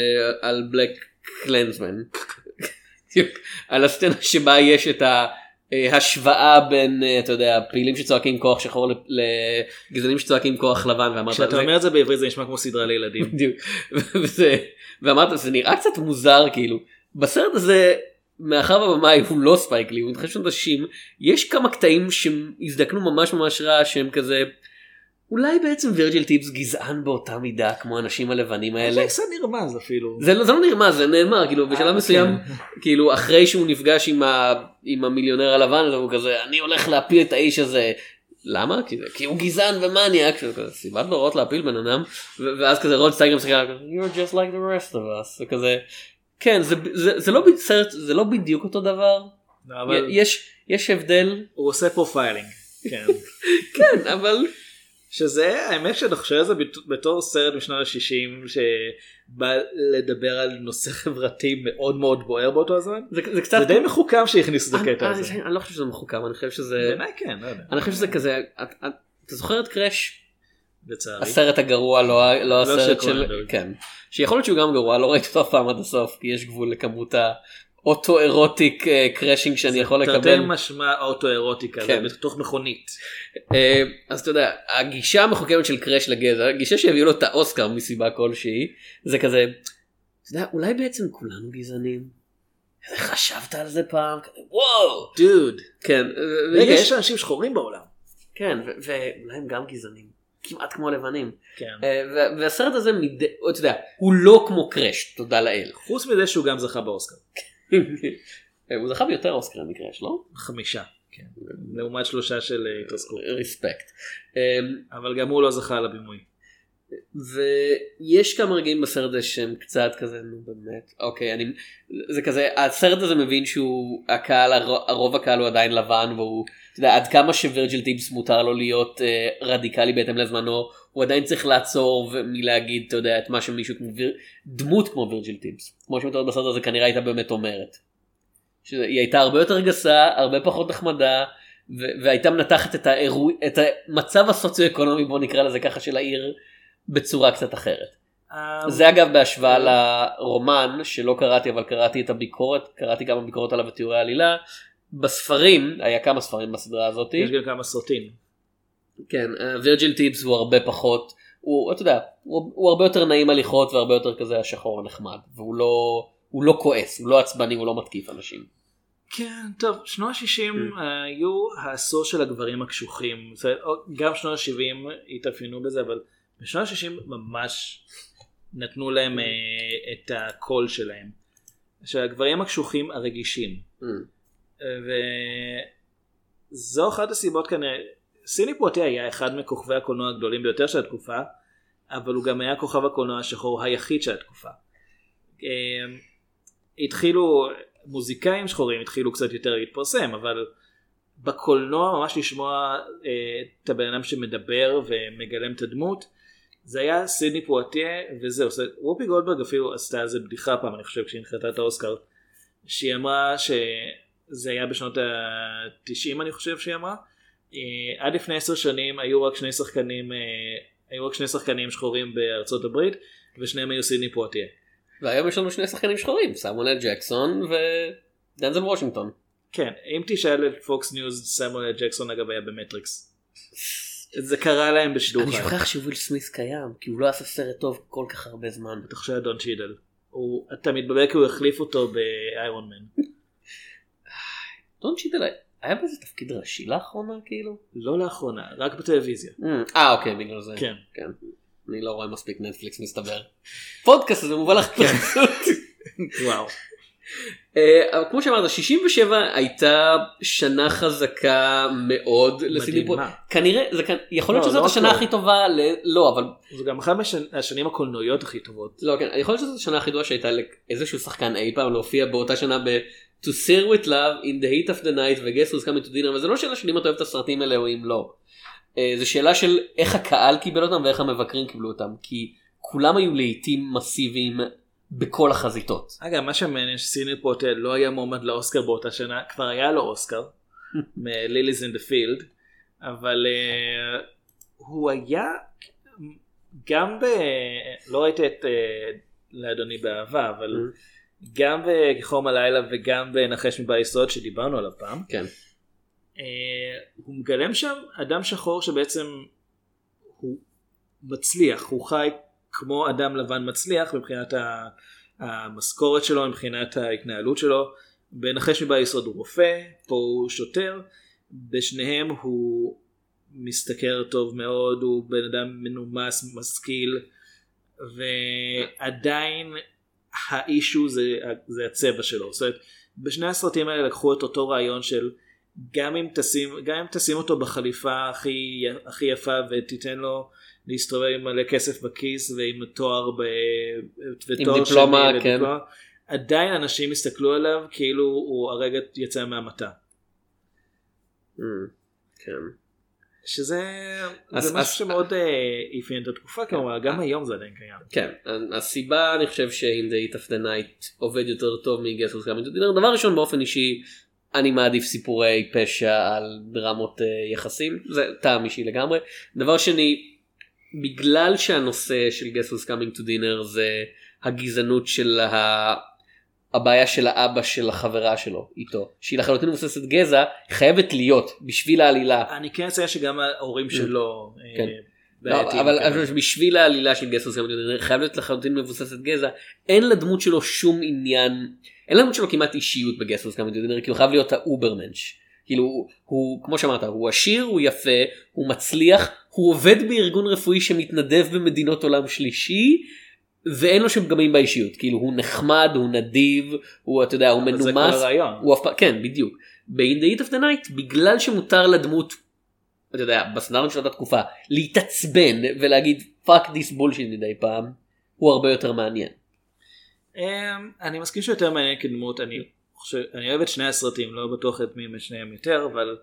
על בלק קלנסמן, על הסצנה שבה יש את השוואה בין, אתה יודע, פעילים שצועקים כוח שחור לגזענים שצועקים כוח לבן. כשאתה אומר את זה בעברית זה נשמע כמו סדרה לילדים. בדיוק. ואמרת, זה נראה קצת מוזר כאילו. בסרט הזה, מאחר והבמאי הוא לא ספייק לי, הוא מתחשב אנשים, יש כמה קטעים שהזדקנו ממש ממש רע, שהם כזה, אולי בעצם וירג'יל טיבס גזען באותה מידה כמו האנשים הלבנים האלה. זה קצת נרמז אפילו. זה לא נרמז, זה נאמר, כאילו בשלב מסוים, כאילו אחרי שהוא נפגש עם המיליונר הלבן, הוא כזה, אני הולך להפיל את האיש הזה. למה? כי הוא גזען ומניאק, סיבת לא רואות להפיל בן אדם, ואז כזה רוד סטייגר משחק, you're just like the rest of us, וכזה, כן, זה לא בדיוק אותו דבר, יש הבדל. הוא עושה פרופיילינג, כן. כן, אבל... שזה, האמת שאני חושב על זה בתור סרט משנות ה-60, שבא לדבר על נושא חברתי מאוד מאוד בוער באותו הזמן. זה די מחוכם שהכניס את הקטע הזה. אני לא חושב שזה מחוכם, אני חושב שזה... בעיניי כן, לא יודע. אני חושב שזה כזה, אתה זוכר את קראש? לצערי. הסרט הגרוע, לא הסרט של... כן. שיכול להיות שהוא גם גרוע, לא ראיתי אותו אף פעם עד הסוף, כי יש גבול לכמות האוטו-אירוטיק קראשינג שאני יכול לקבל. זה תרתי משמע אוטו-אירוטיקה, זה בתוך מכונית. אז אתה יודע, הגישה המחוכמת של קראש לגזע, הגישה שהביאו לו את האוסקר מסיבה כלשהי, זה כזה, אתה יודע, אולי בעצם כולנו גזענים? חשבת על זה פעם? וואו! דוד. כן. רגע, יש אנשים שחורים בעולם. כן, ואולי הם גם גזענים. כמעט כמו לבנים. כן. והסרט הזה, אתה יודע, הוא לא כמו קראש, תודה לאל. חוץ מזה שהוא גם זכה באוסקר. הוא זכה ביותר אוסקרים מקראש, לא? 5. כן. לעומת 3 של טוסקור. ריספקט. אבל גם הוא לא זכה על הבימוי. ויש כמה רגעים בסרט הזה שהם קצת כזה, נו באמת, אוקיי, זה כזה, הסרט הזה מבין שהוא, הרוב הקהל הוא עדיין לבן, והוא, אתה יודע, עד כמה שווירג'יל טיבס מותר לו להיות רדיקלי בהתאם לזמנו, הוא עדיין צריך לעצור מלהגיד, אתה יודע, את מה שמישהו, דמות כמו וירג'יל טיבס, כמו שמתאות בסרט הזה כנראה הייתה באמת אומרת. שהיא הייתה הרבה יותר גסה, הרבה פחות נחמדה, והייתה מנתחת את המצב הסוציו-אקונומי, בוא נקרא לזה ככה, של העיר, בצורה קצת אחרת. זה אגב בהשוואה לרומן שלא קראתי, אבל קראתי את הביקורת, קראתי כמה ביקורות עליו ותיאורי העלילה. בספרים, היה כמה ספרים בסדרה הזאת. יש גם כמה סרטים. כן, וירג'יל טיבס הוא הרבה פחות, אתה יודע, הוא הרבה יותר נעים הליכות והרבה יותר כזה השחור הנחמד, והוא לא כועס, הוא לא עצבני, הוא לא מתקיף אנשים. כן, טוב, שנות ה-60 היו העשור של הגברים הקשוחים, גם שנות ה-70 התאפיינו בזה, אבל בשנות ה-60 ממש נתנו להם את הקול שלהם. שהגברים הקשוחים הרגישים. וזו אחת הסיבות כנראה, סידני פואטיה היה אחד מכוכבי הקולנוע הגדולים ביותר של התקופה, אבל הוא גם היה כוכב הקולנוע השחור היחיד של התקופה. התחילו, מוזיקאים שחורים התחילו קצת יותר להתפרסם, אבל בקולנוע ממש לשמוע את הבן אדם שמדבר ומגלם את הדמות, זה היה סידני פואטיה, וזה עושה, וופי גולדברג אפילו עשתה איזה בדיחה פעם, אני חושב, כשהיא הנחתה את האוסקר, שהיא אמרה שזה היה בשנות ה-90, אני חושב שהיא אמרה, עד לפני 10 שנים היו רק שני שחקנים שחורים בארצות הברית, ושניהם היו סידני פואטיה. והיום יש לנו 2 שחקנים שחורים, סמואל אל ג'קסון ודנזל וושינגטון. כן, אם תשאל את פוקס ניוז, סמואל אל ג'קסון אגב היה במטריקס. זה קרה להם בשידור חי. אני שוכח שוויל סמית' קיים, כי הוא לא עשה סרט טוב כל כך הרבה זמן. אתה חושב דון צ'ידל. אתה מתבלבל כי הוא החליף אותו באיירון מן. דון צ'ידל היה בזה תפקיד ראשי לאחרונה כאילו? לא לאחרונה, רק בטלוויזיה. אוקיי, בגלל זה. כן. אני לא רואה מספיק נטפליקס מסתבר. פודקאסט הזה מובא לך בחסות. וואו. כמו שאמרת, 67 הייתה שנה חזקה מאוד לסידני פואטיה. כנראה, יכול להיות שזאת השנה הכי טובה, לא, אבל... זו גם אחת מהשנים הקולנועיות הכי טובות. לא, כן, יכול להיות שזאת השנה הכי טובה שהייתה לאיזשהו שחקן אי פעם להופיע באותה שנה To Serve with Love, In the Heat of the Night ו-Guess Who's Coming to Dinner, אבל זה לא שאלה של אם אתה אוהב את הסרטים האלה או אם לא. זו שאלה של איך הקהל קיבל אותם ואיך המבקרים קיבלו אותם, כי כולם היו לעיתים מסיביים בכל החזיתות. אגב, מה שמעניין שסידני פואטיה לא היה מועמד לאוסקר באותה שנה, כבר היה לו אוסקר, מ-Lilies in the Field, אבל הוא היה גם לא ראיתי את לאדוני באהבה, אבל גם בחום הלילה וגם בנחש מבא יסוד שדיברנו עליו פעם, כן. הוא מגלם שם אדם שחור שבעצם הוא מצליח, הוא חי כמו אדם לבן מצליח מבחינת המשכורת שלו, מבחינת ההתנהלות שלו. בנחש מבית היסוד הוא רופא, פה הוא שוטר, בשניהם הוא משתכר טוב מאוד, הוא בן אדם מנומס, משכיל, ועדיין האישו זה הצבע שלו. זאת אומרת, בשני הסרטים האלה לקחו את אותו רעיון של גם אם תשים אותו בחליפה הכי יפה ותיתן לו להסתובב עם מלא כסף בכיס ועם תואר עם דיפלומה, כן. עדיין אנשים הסתכלו עליו כאילו הוא הרגע יצא מהמטה. כן. שזה משהו שמאוד אפיין את התקופה, כלומר גם היום זה עדיין קיים. כן, הסיבה אני חושב ש-In the Heat of the Night עובד יותר טוב מ-Guess Who's Coming to Dinner. דבר ראשון, באופן אישי אני מעדיף סיפורי פשע על דרמות יחסים, זה טעם אישי לגמרי. דבר שני, בגלל שהנושא של Guess Who's Coming to Dinner זה הגזענות של הבעיה של האבא של החברה שלו איתו, שהיא לחלוטין מבוססת גזע, חייבת להיות בשביל העלילה. אני כן אציין שגם ההורים שלו אבל בשביל העלילה של Guess Who's Coming to Dinner חייב להיות לחלוטין מבוססת גזע. אין לדמות שלו שום עניין, אין לדמות שלו כמעט אישיות ב-Guess Who's Coming to Dinner, כי הוא חייב להיות האוברמנש. כאילו הוא, כמו שאמרת, הוא עשיר, הוא יפה, הוא מצליח, הוא עובד בארגון רפואי שמתנדב במדינות עולם שלישי, ואין לו שם פגמים באישיות. כאילו הוא נחמד, הוא נדיב, הוא, אתה יודע, הוא מנומס. זה כל הרעיון. כן, בדיוק. ב-In the Heat of the Night, בגלל שמותר לדמות, אתה יודע, בסטנדרט של אותה תקופה, להתעצבן ולהגיד fuck this bullshit מדי פעם, הוא הרבה יותר מעניין. אני מסכים שיותר מעניין כדמות. אני אוהב את שני הסרטים, לא בטוח את מי משניהם יותר, אבל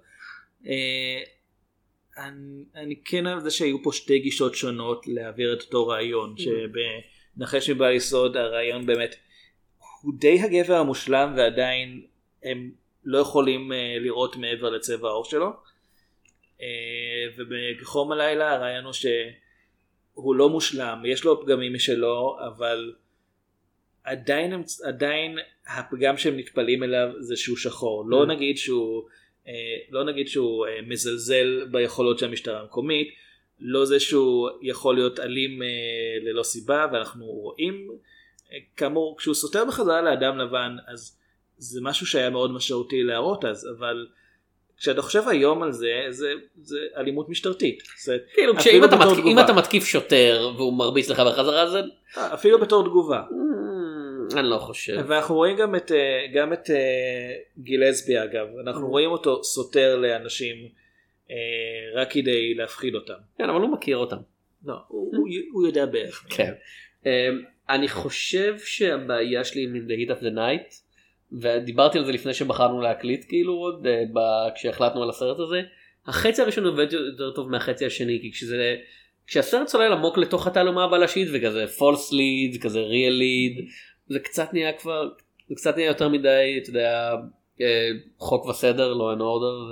אני כן אוהב זה שהיו פה שתי גישות שונות להעביר את אותו רעיון, שבנחש מבית היסוד הרעיון באמת הוא די הגבר המושלם, ועדיין הם לא יכולים לראות מעבר לצבע העור שלו, ובחום הלילה הרעיון הוא שהוא לא מושלם, יש לו פגמים משלו, אבל עדיין הפגם שהם נטפלים אליו זה שהוא שחור. לא נגיד שהוא מזלזל ביכולות של המשטרה המקומית, לא זה שהוא יכול להיות אלים ללא סיבה, ואנחנו רואים כאמור כשהוא סותר בחזרה לאדם לבן, אז זה משהו שהיה מאוד משמעותי להראות אז, אבל כשאתה חושב היום על זה, זה אלימות משטרתית. כאילו אם אתה מתקיף שוטר והוא מרביץ לך בחזרה, זה אפילו בתור תגובה. אני לא חושב. ואנחנו רואים גם את גילסבי אגב, אנחנו רואים אותו סותר לאנשים רק כדי להפחיד אותם. כן, אבל הוא מכיר אותם. לא, הוא יודע בערך. כן. אני חושב שהבעיה שלי עם The Heat of the Night, ודיברתי על זה לפני שבחרנו להקליט, כאילו עוד כשהחלטנו על הסרט הזה, החצי הראשון עובד יותר טוב מהחצי השני, כי כשהסרט צולל עמוק לתוך התעלומה הבלשית, וכזה false lead, כזה real lead, זה קצת נהיה יותר מדי, אתה יודע, חוק וסדר, law and order,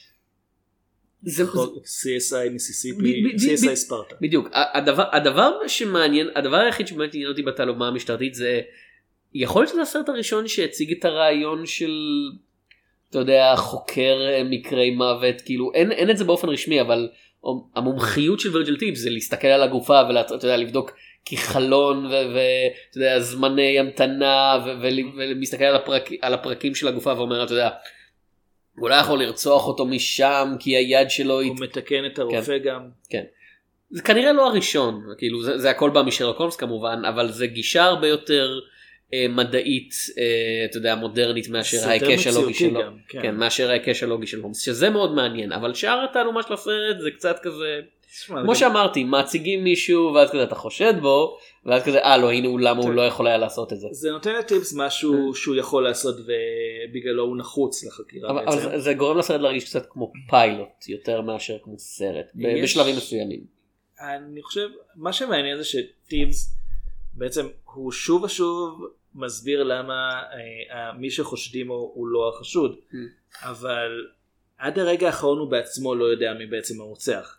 CSI מיסיסיפי, CSI ספרטה. בדיוק. הדבר היחיד שמעניין אותי בתעלומה המשטרתית זה, יכול להיות שזה הסרט הראשון שהציג את הרעיון של, אתה יודע, חוקר מקרי מוות, כאילו אין את זה באופן רשמי, אבל המומחיות של וירג'יל טיפס זה להסתכל על הגופה ולבדוק כחלון ואתה יודע, זמני המתנה ולהסתכל על הפרקים של הגופה ואומר, אתה יודע, הוא לא יכול לרצוח אותו משם כי היד שלו הוא מתקן את הרופא גם. כן. זה כנראה לא הראשון, כאילו זה הכל בא משרלוק הולמס כמובן, אבל זה גישה הרבה יותר מדעית, אתה יודע, מודרנית מאשר ההיקש הלוגי שלו. כן, מאשר ההיקש הלוגי של הולמס, שזה מאוד מעניין, אבל שאר התעלומה של הסרט זה קצת כזה, כמו שאמרתי, מציגים מישהו ואז כזה אתה חושד בו, ואז כזה לא, הנה למה הוא לא יכול היה לעשות את זה. זה נותן לטיפס משהו שהוא יכול לעשות ובגללו הוא נחוץ לחקירה. אבל זה גורם לסרט להרגיש קצת כמו פיילוט יותר מאשר כמו סרט בשלבים מסוימים. אני חושב מה שמעניין זה שטיפס בעצם הוא שוב ושוב מסביר למה מי שחושדים הוא לא החשוד, אבל עד הרגע האחרון הוא בעצמו לא יודע מי בעצם הרוצח.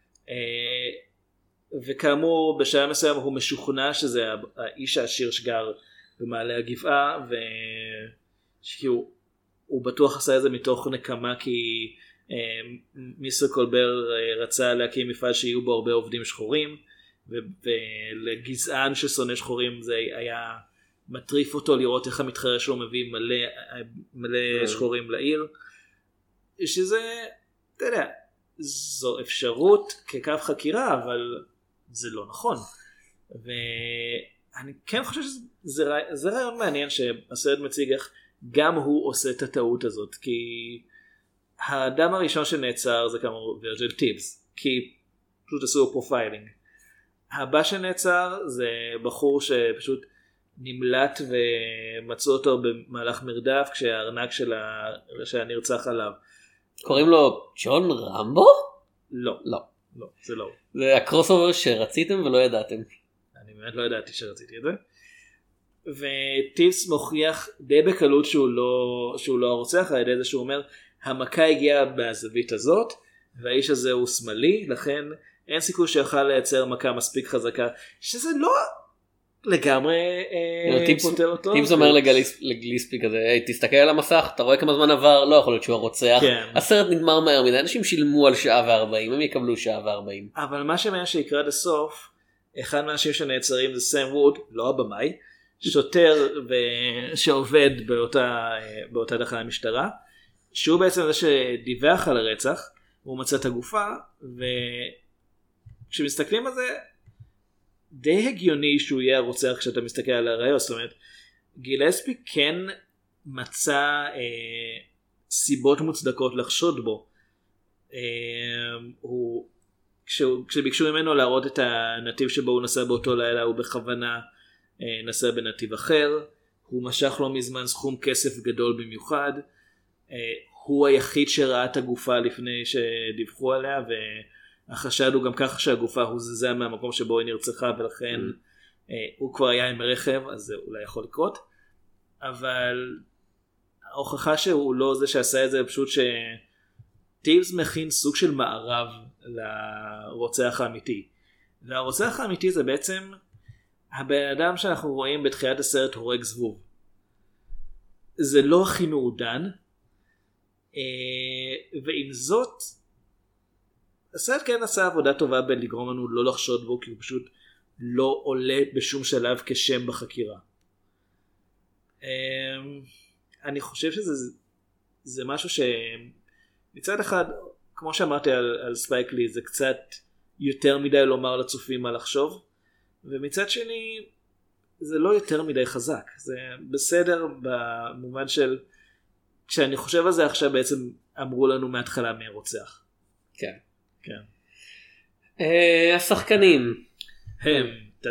וכאמור בשלב מסוים הוא משוכנע שזה האיש העשיר שגר במעלה הגבעה, ושהוא הוא בטוח עשה את זה מתוך נקמה כי מיסטר קולבר רצה להקים מפעל שיהיו בו הרבה עובדים שחורים, ולגזען ששונא שחורים זה היה מטריף אותו לראות איך המתחרה שלו מביא מלא שחורים לעיר, שזה, אתה יודע, זו אפשרות כקו חקירה, אבל זה לא נכון. ואני כן חושב שזה רעיון מעניין שהסרט מציג איך גם הוא עושה את הטעות הזאת, כי האדם הראשון שנעצר זה כאמור וירג'יל טיבס, כי פשוט עשו פרופיילינג. הבא שנעצר זה בחור שפשוט נמלט ומצאו אותו במהלך מרדף כשהארנק שנרצח עליו. קוראים לו ג'ון רמבו? לא, זה לא. זה הקרוס אובר שרציתם ולא ידעתם. אני באמת לא ידעתי שרציתי את זה. וטיבס מוכיח די בקלות שהוא לא הרוצח, על ידי זה שהוא אומר המכה הגיעה מהזווית הזאת והאיש הזה הוא שמאלי, לכן אין סיכוי שיוכל לייצר מכה מספיק חזקה, שזה לא לגמרי פותר אותו. טיבס אומר לגליספי כזה, היי תסתכל על המסך, אתה רואה כמה זמן עבר, לא יכול להיות שהוא הרוצח, הסרט נגמר מהר מדי, אנשים שילמו על שעה ו40, הם יקבלו שעה ו40. אבל מה שמעניין שיקרה עד הסוף, אחד מהאנשים שנעצרים זה סם ווד, לא הבמאי, שוטר שעובד באותה תחנת משטרה, שהוא בעצם זה שדיווח על הרצח, הוא מצא את הגופה, וכשמסתכלים על זה, די הגיוני שהוא יהיה הרוצח כשאתה מסתכל על הראיות. זאת אומרת, גילספי כן מצא סיבות מוצדקות לחשוד בו. כשביקשו ממנו להראות את הנתיב שבו הוא נסע באותו לילה, הוא בכוונה נסע בנתיב אחר, הוא משך לו מזמן סכום כסף גדול במיוחד, הוא היחיד שראה את הגופה לפני שדיווחו עליה, והחשד הוא גם ככה שהגופה הוזזה מהמקום שבו היא נרצחה, ולכן הוא כבר היה עם רכב, אז זה אולי יכול לקרות. אבל ההוכחה שהוא לא זה שעשה את זה, פשוט שטיבס מכין סוג של מערב לרוצח האמיתי. והרוצח האמיתי זה בעצם הבן אדם שאנחנו רואים בתחילת הסרט הורג זבוב. זה לא הכי מעודן, ועם זאת הסרט כן עשה עבודה טובה בין לגרום לנו לא לחשוד בו, כי הוא פשוט לא עולה בשום שלב כשם בחקירה. אני חושב שזה משהו שמצד אחד, כמו שאמרתי על ספייק לי, זה קצת יותר מדי לומר לצופים מה לחשוב, ומצד שני זה לא יותר מדי חזק. זה בסדר במובן של כשאני חושב על זה עכשיו בעצם אמרו לנו מההתחלה מי הרוצח. כן. כן. השחקנים הם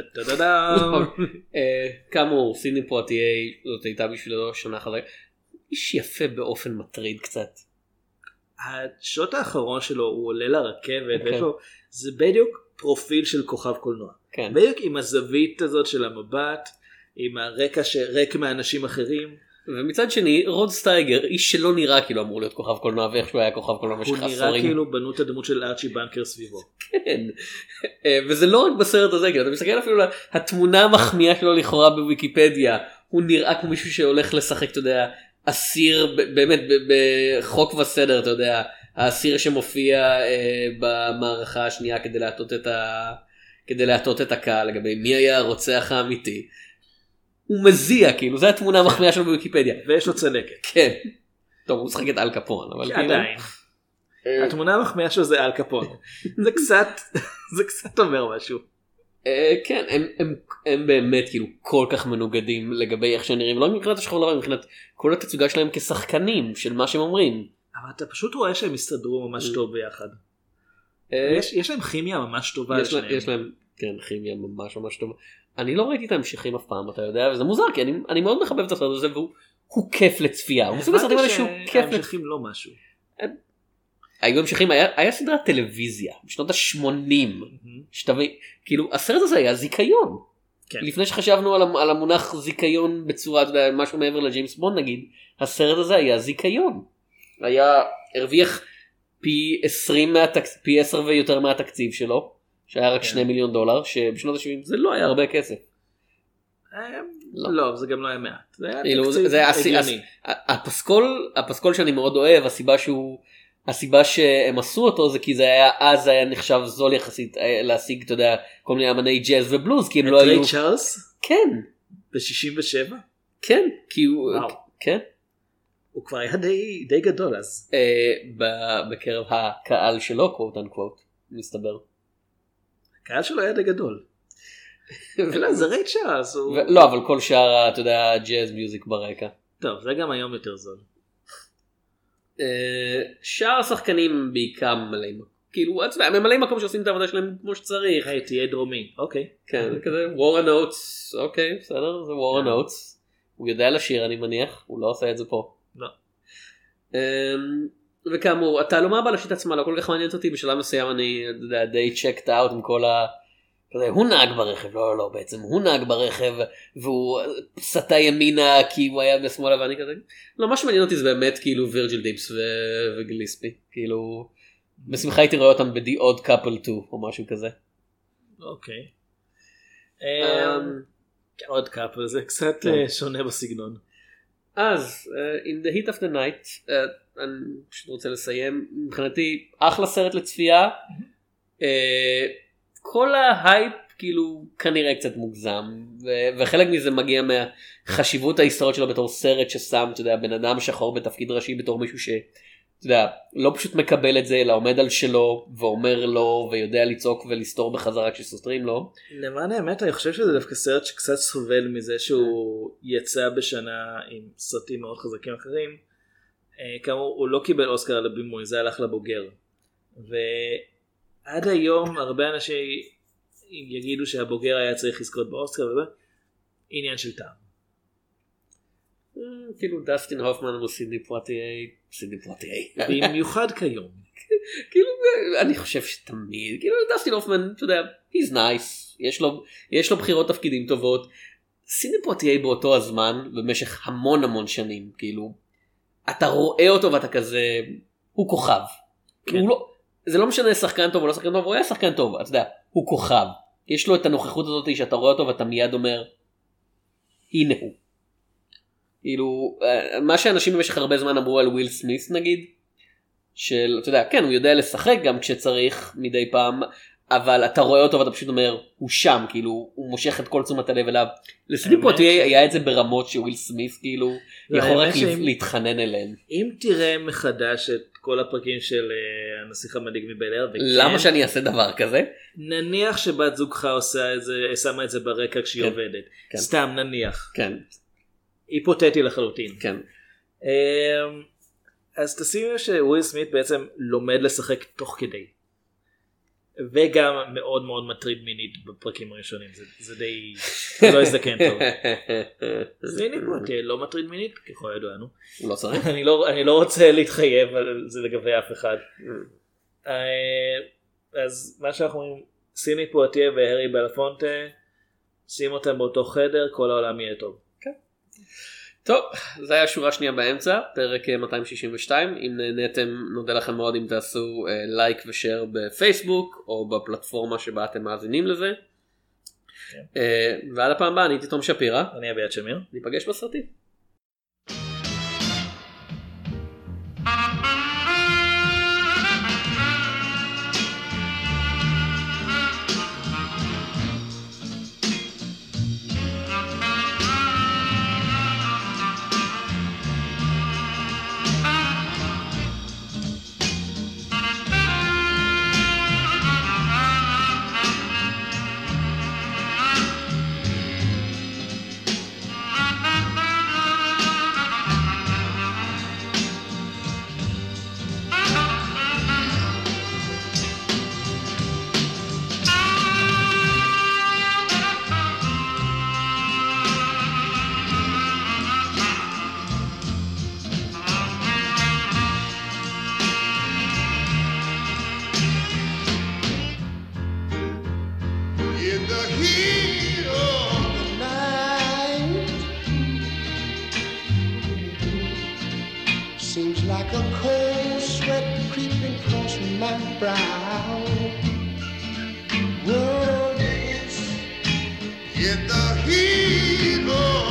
כאמור סידני פואטייה, זאת הייתה בשבילו שנה חזקה, איש יפה באופן מטריד קצת. השוט האחרון שלו הוא עולה לרכבת ויש לו, זה בדיוק פרופיל של כוכב קולנוע, בדיוק עם הזווית הזאת של המבט, עם הרקע שריק מאנשים אחרים. ומצד שני רוד סטייגר, איש שלא נראה כאילו אמור להיות כוכב קולנוע, ואיך שהוא היה כוכב קולנוע במשך עשורים. הוא נראה כאילו בנו את הדמות של ארצ'י בנקר סביבו. כן, וזה לא רק בסרט הזה, כאילו אתה מסתכל אפילו על התמונה המחמיאה שלו לכאורה בוויקיפדיה, הוא נראה כמו מישהו שהולך לשחק, אתה יודע, אסיר באמת בחוק וסדר, אתה יודע, האסיר שמופיע במערכה השנייה כדי להטות את הקהל לגבי מי היה הרוצח האמיתי. הוא מזיע, כאילו, זו התמונה המחמיאה שלו בוויקיפדיה. ויש לו צלקת. כן. טוב, הוא משחק את אל קפון, אבל עדיין. התמונה המחמיאה שלו זה אל קפון. זה קצת אומר משהו. כן, הם באמת כאילו כל כך מנוגדים לגבי איך שהם נראים, לא מבחינת השחור לבן, מבחינת כל התצוגה שלהם כשחקנים של מה שהם אומרים. אבל אתה פשוט רואה שהם הסתדרו ממש טוב ביחד. יש להם כימיה ממש טובה. יש להם, כן, כימיה ממש ממש טובה. אני לא ראיתי את ההמשכים אף פעם, אתה יודע, וזה מוזר, כי אני מאוד מחבב את הסרט הזה, והוא כיף לצפייה. הוא מסוג הסרטים האלה שהוא כיף לצפייה. ההמשכים לא משהו. היו המשכים, היה סדרת טלוויזיה, בשנות ה-80, כאילו, הסרט הזה היה זיכיון. לפני שחשבנו על המונח זיכיון בצורה, אתה יודע, משהו מעבר לג'יימס בונד נגיד, הסרט הזה היה זיכיון. הרוויח פי 10 ויותר מהתקציב שלו. שהיה רק $2 מיליון, שבשנות ה-70 זה לא היה הרבה כסף. לא, זה גם לא היה מעט. זה היה כאילו, תקציב זה הגיוני. הפסקול שאני מאוד אוהב, הסיבה שהם עשו אותו זה כי זה היה, אז היה נחשב זול יחסית להשיג, אתה יודע, כל מיני אמני ג'אז ובלוז, כי הם לא היו... את ריי צ'ארלס? כן. ב-67? כן, כי הוא... כן. הוא כבר היה די גדול אז. בקרב הקהל שלו, קוואט אנקוואט, מסתבר. הקהל שלו היה די גדול. לא, זה ריי צ'ארלס. לא, אבל כל שאר, אתה יודע, ג'אז מיוזיק ברקע. טוב, זה גם היום יותר זול. שאר השחקנים בעיקר ממלאי מקום. כאילו, ממלאי מקום שעושים את העבודה שלהם כמו שצריך. היי, תהיה דרומי. אוקיי. כן, זה כזה, וורן אוטס. אוקיי, בסדר, זה וורן אוטס. הוא יודע לשיר, אני מניח. הוא לא עושה את זה פה. לא. וכאמור, התעלומה בלשית עצמה לא כל כך מעניינת אותי. בשלב מסוים אני די checked out עם כל ה... הוא נהג ברכב, לא, בעצם הוא נהג ברכב והוא סטה ימינה כי הוא היה בשמאלה ואני כזה, לא, מה שמעניין אותי זה באמת כאילו וירג'יל דיפס וגליספי, כאילו בשמחה הייתי רואה אותם ב-The Odd Couple 2 או משהו כזה. אוקיי. Odd Couple זה קצת שונה בסגנון. אז In the Heat of the Night, אני פשוט רוצה לסיים, מבחינתי אחלה סרט לצפייה, כל ההייפ כאילו כנראה קצת מוגזם, וחלק מזה מגיע מהחשיבות ההיסטורית שלו בתור סרט ששם, אתה יודע, בן אדם שחור בתפקיד ראשי בתור מישהו שאתה יודע, לא פשוט מקבל את זה, אלא עומד על שלו ואומר לו ויודע לצעוק ולסתור בחזרה כשסותרים לו. למען האמת אני חושב שזה דווקא סרט שקצת סובל מזה שהוא יצא בשנה עם סרטים מאוד חזקים אחרים. כאמור הוא לא קיבל אוסקר על הבימוי, זה הלך לבוגר. עד היום הרבה אנשים יגידו שהבוגר היה צריך לזכות באוסקר, עניין של טעם. כאילו דסטין הופמן וסידני פואטייה, במיוחד כיום. כאילו אני חושב שתמיד, כאילו דסטין הופמן, אתה יודע, he's nice, יש לו בחירות תפקידים טובות. סידני פואטייה באותו הזמן, במשך המון שנים, כאילו, אתה רואה אותו ואתה כזה, הוא כוכב. הוא לא... זה לא משנה שחקן טוב או לא שחקן טוב, הוא היה שחקן טוב, אתה יודע, הוא כוכב. יש לו את הנוכחות הזאת שאתה רואה אותו ואתה מיד אומר, הנה הוא. כאילו, מה שאנשים במשך הרבה זמן אמרו על וויל סמית' נגיד, של, אתה יודע, כן, הוא יודע לשחק גם כשצריך מדי פעם, אבל אתה רואה אותו ואתה פשוט אומר, הוא שם, כאילו, הוא מושך את כל תשומת הלב אליו. לסידי פואטייה היה את זה ברמות שוויל סמית' כאילו, יכול רק להתחנן אליהן. אם תראה מחדש את כל הפרקים של הנסיך המדאיג מבל-אר, למה שאני אעשה דבר כזה? נניח שבת זוגך עושה את זה, שמה את זה ברקע כשהיא עובדת. סתם נניח. כן. היפותטי לחלוטין. כן. אז תשימו שוויל סמית בעצם לומד לשחק תוך כדי. וגם מאוד מטריד מינית בפרקים הראשונים. זה די... לא יזדקן טוב. זה הנה, לא מטריד מינית, ככל ידוענו. לא צריך. אני לא רוצה להתחייב על זה לגבי אף אחד. אז מה שאנחנו אומרים, סידני פואטייה והרי בלפונטה, שים אותם באותו חדר, כל העולם יהיה טוב. טוב, זה היה שורה שנייה באמצע, פרק 262. אם נהניתם, נודה לכם מאוד אם תעשו לייק ושאר בפייסבוק או בפלטפורמה שבה אתם מאזינים לזה. ועד הפעם הבאה, אני הייתי תום שפירא. אני אביעד שמיר. ניפגש בסרטים. Seems like a cold sweat creeping across my brow. World is in the heat of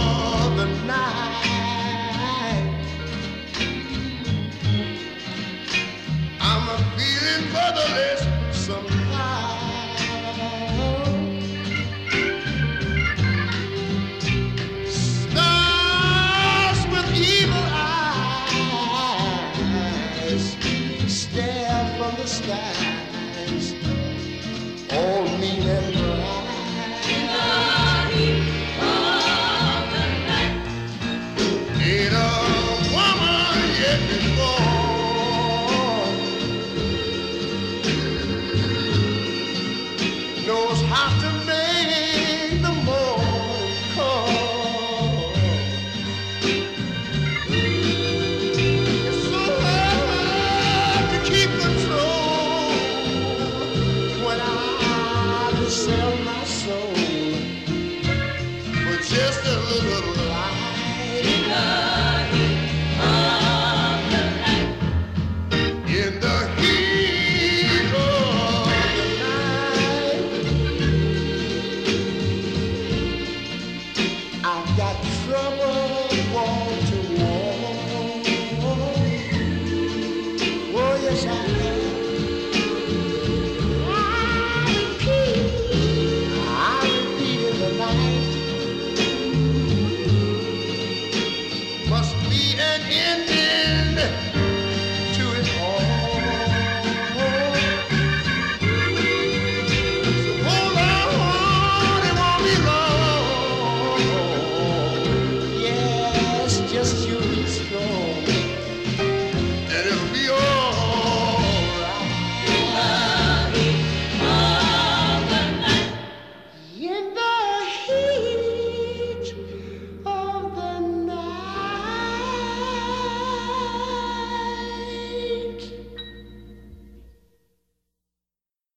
how to make the morning call. It's so hard to keep control when I sell my soul for just a little love.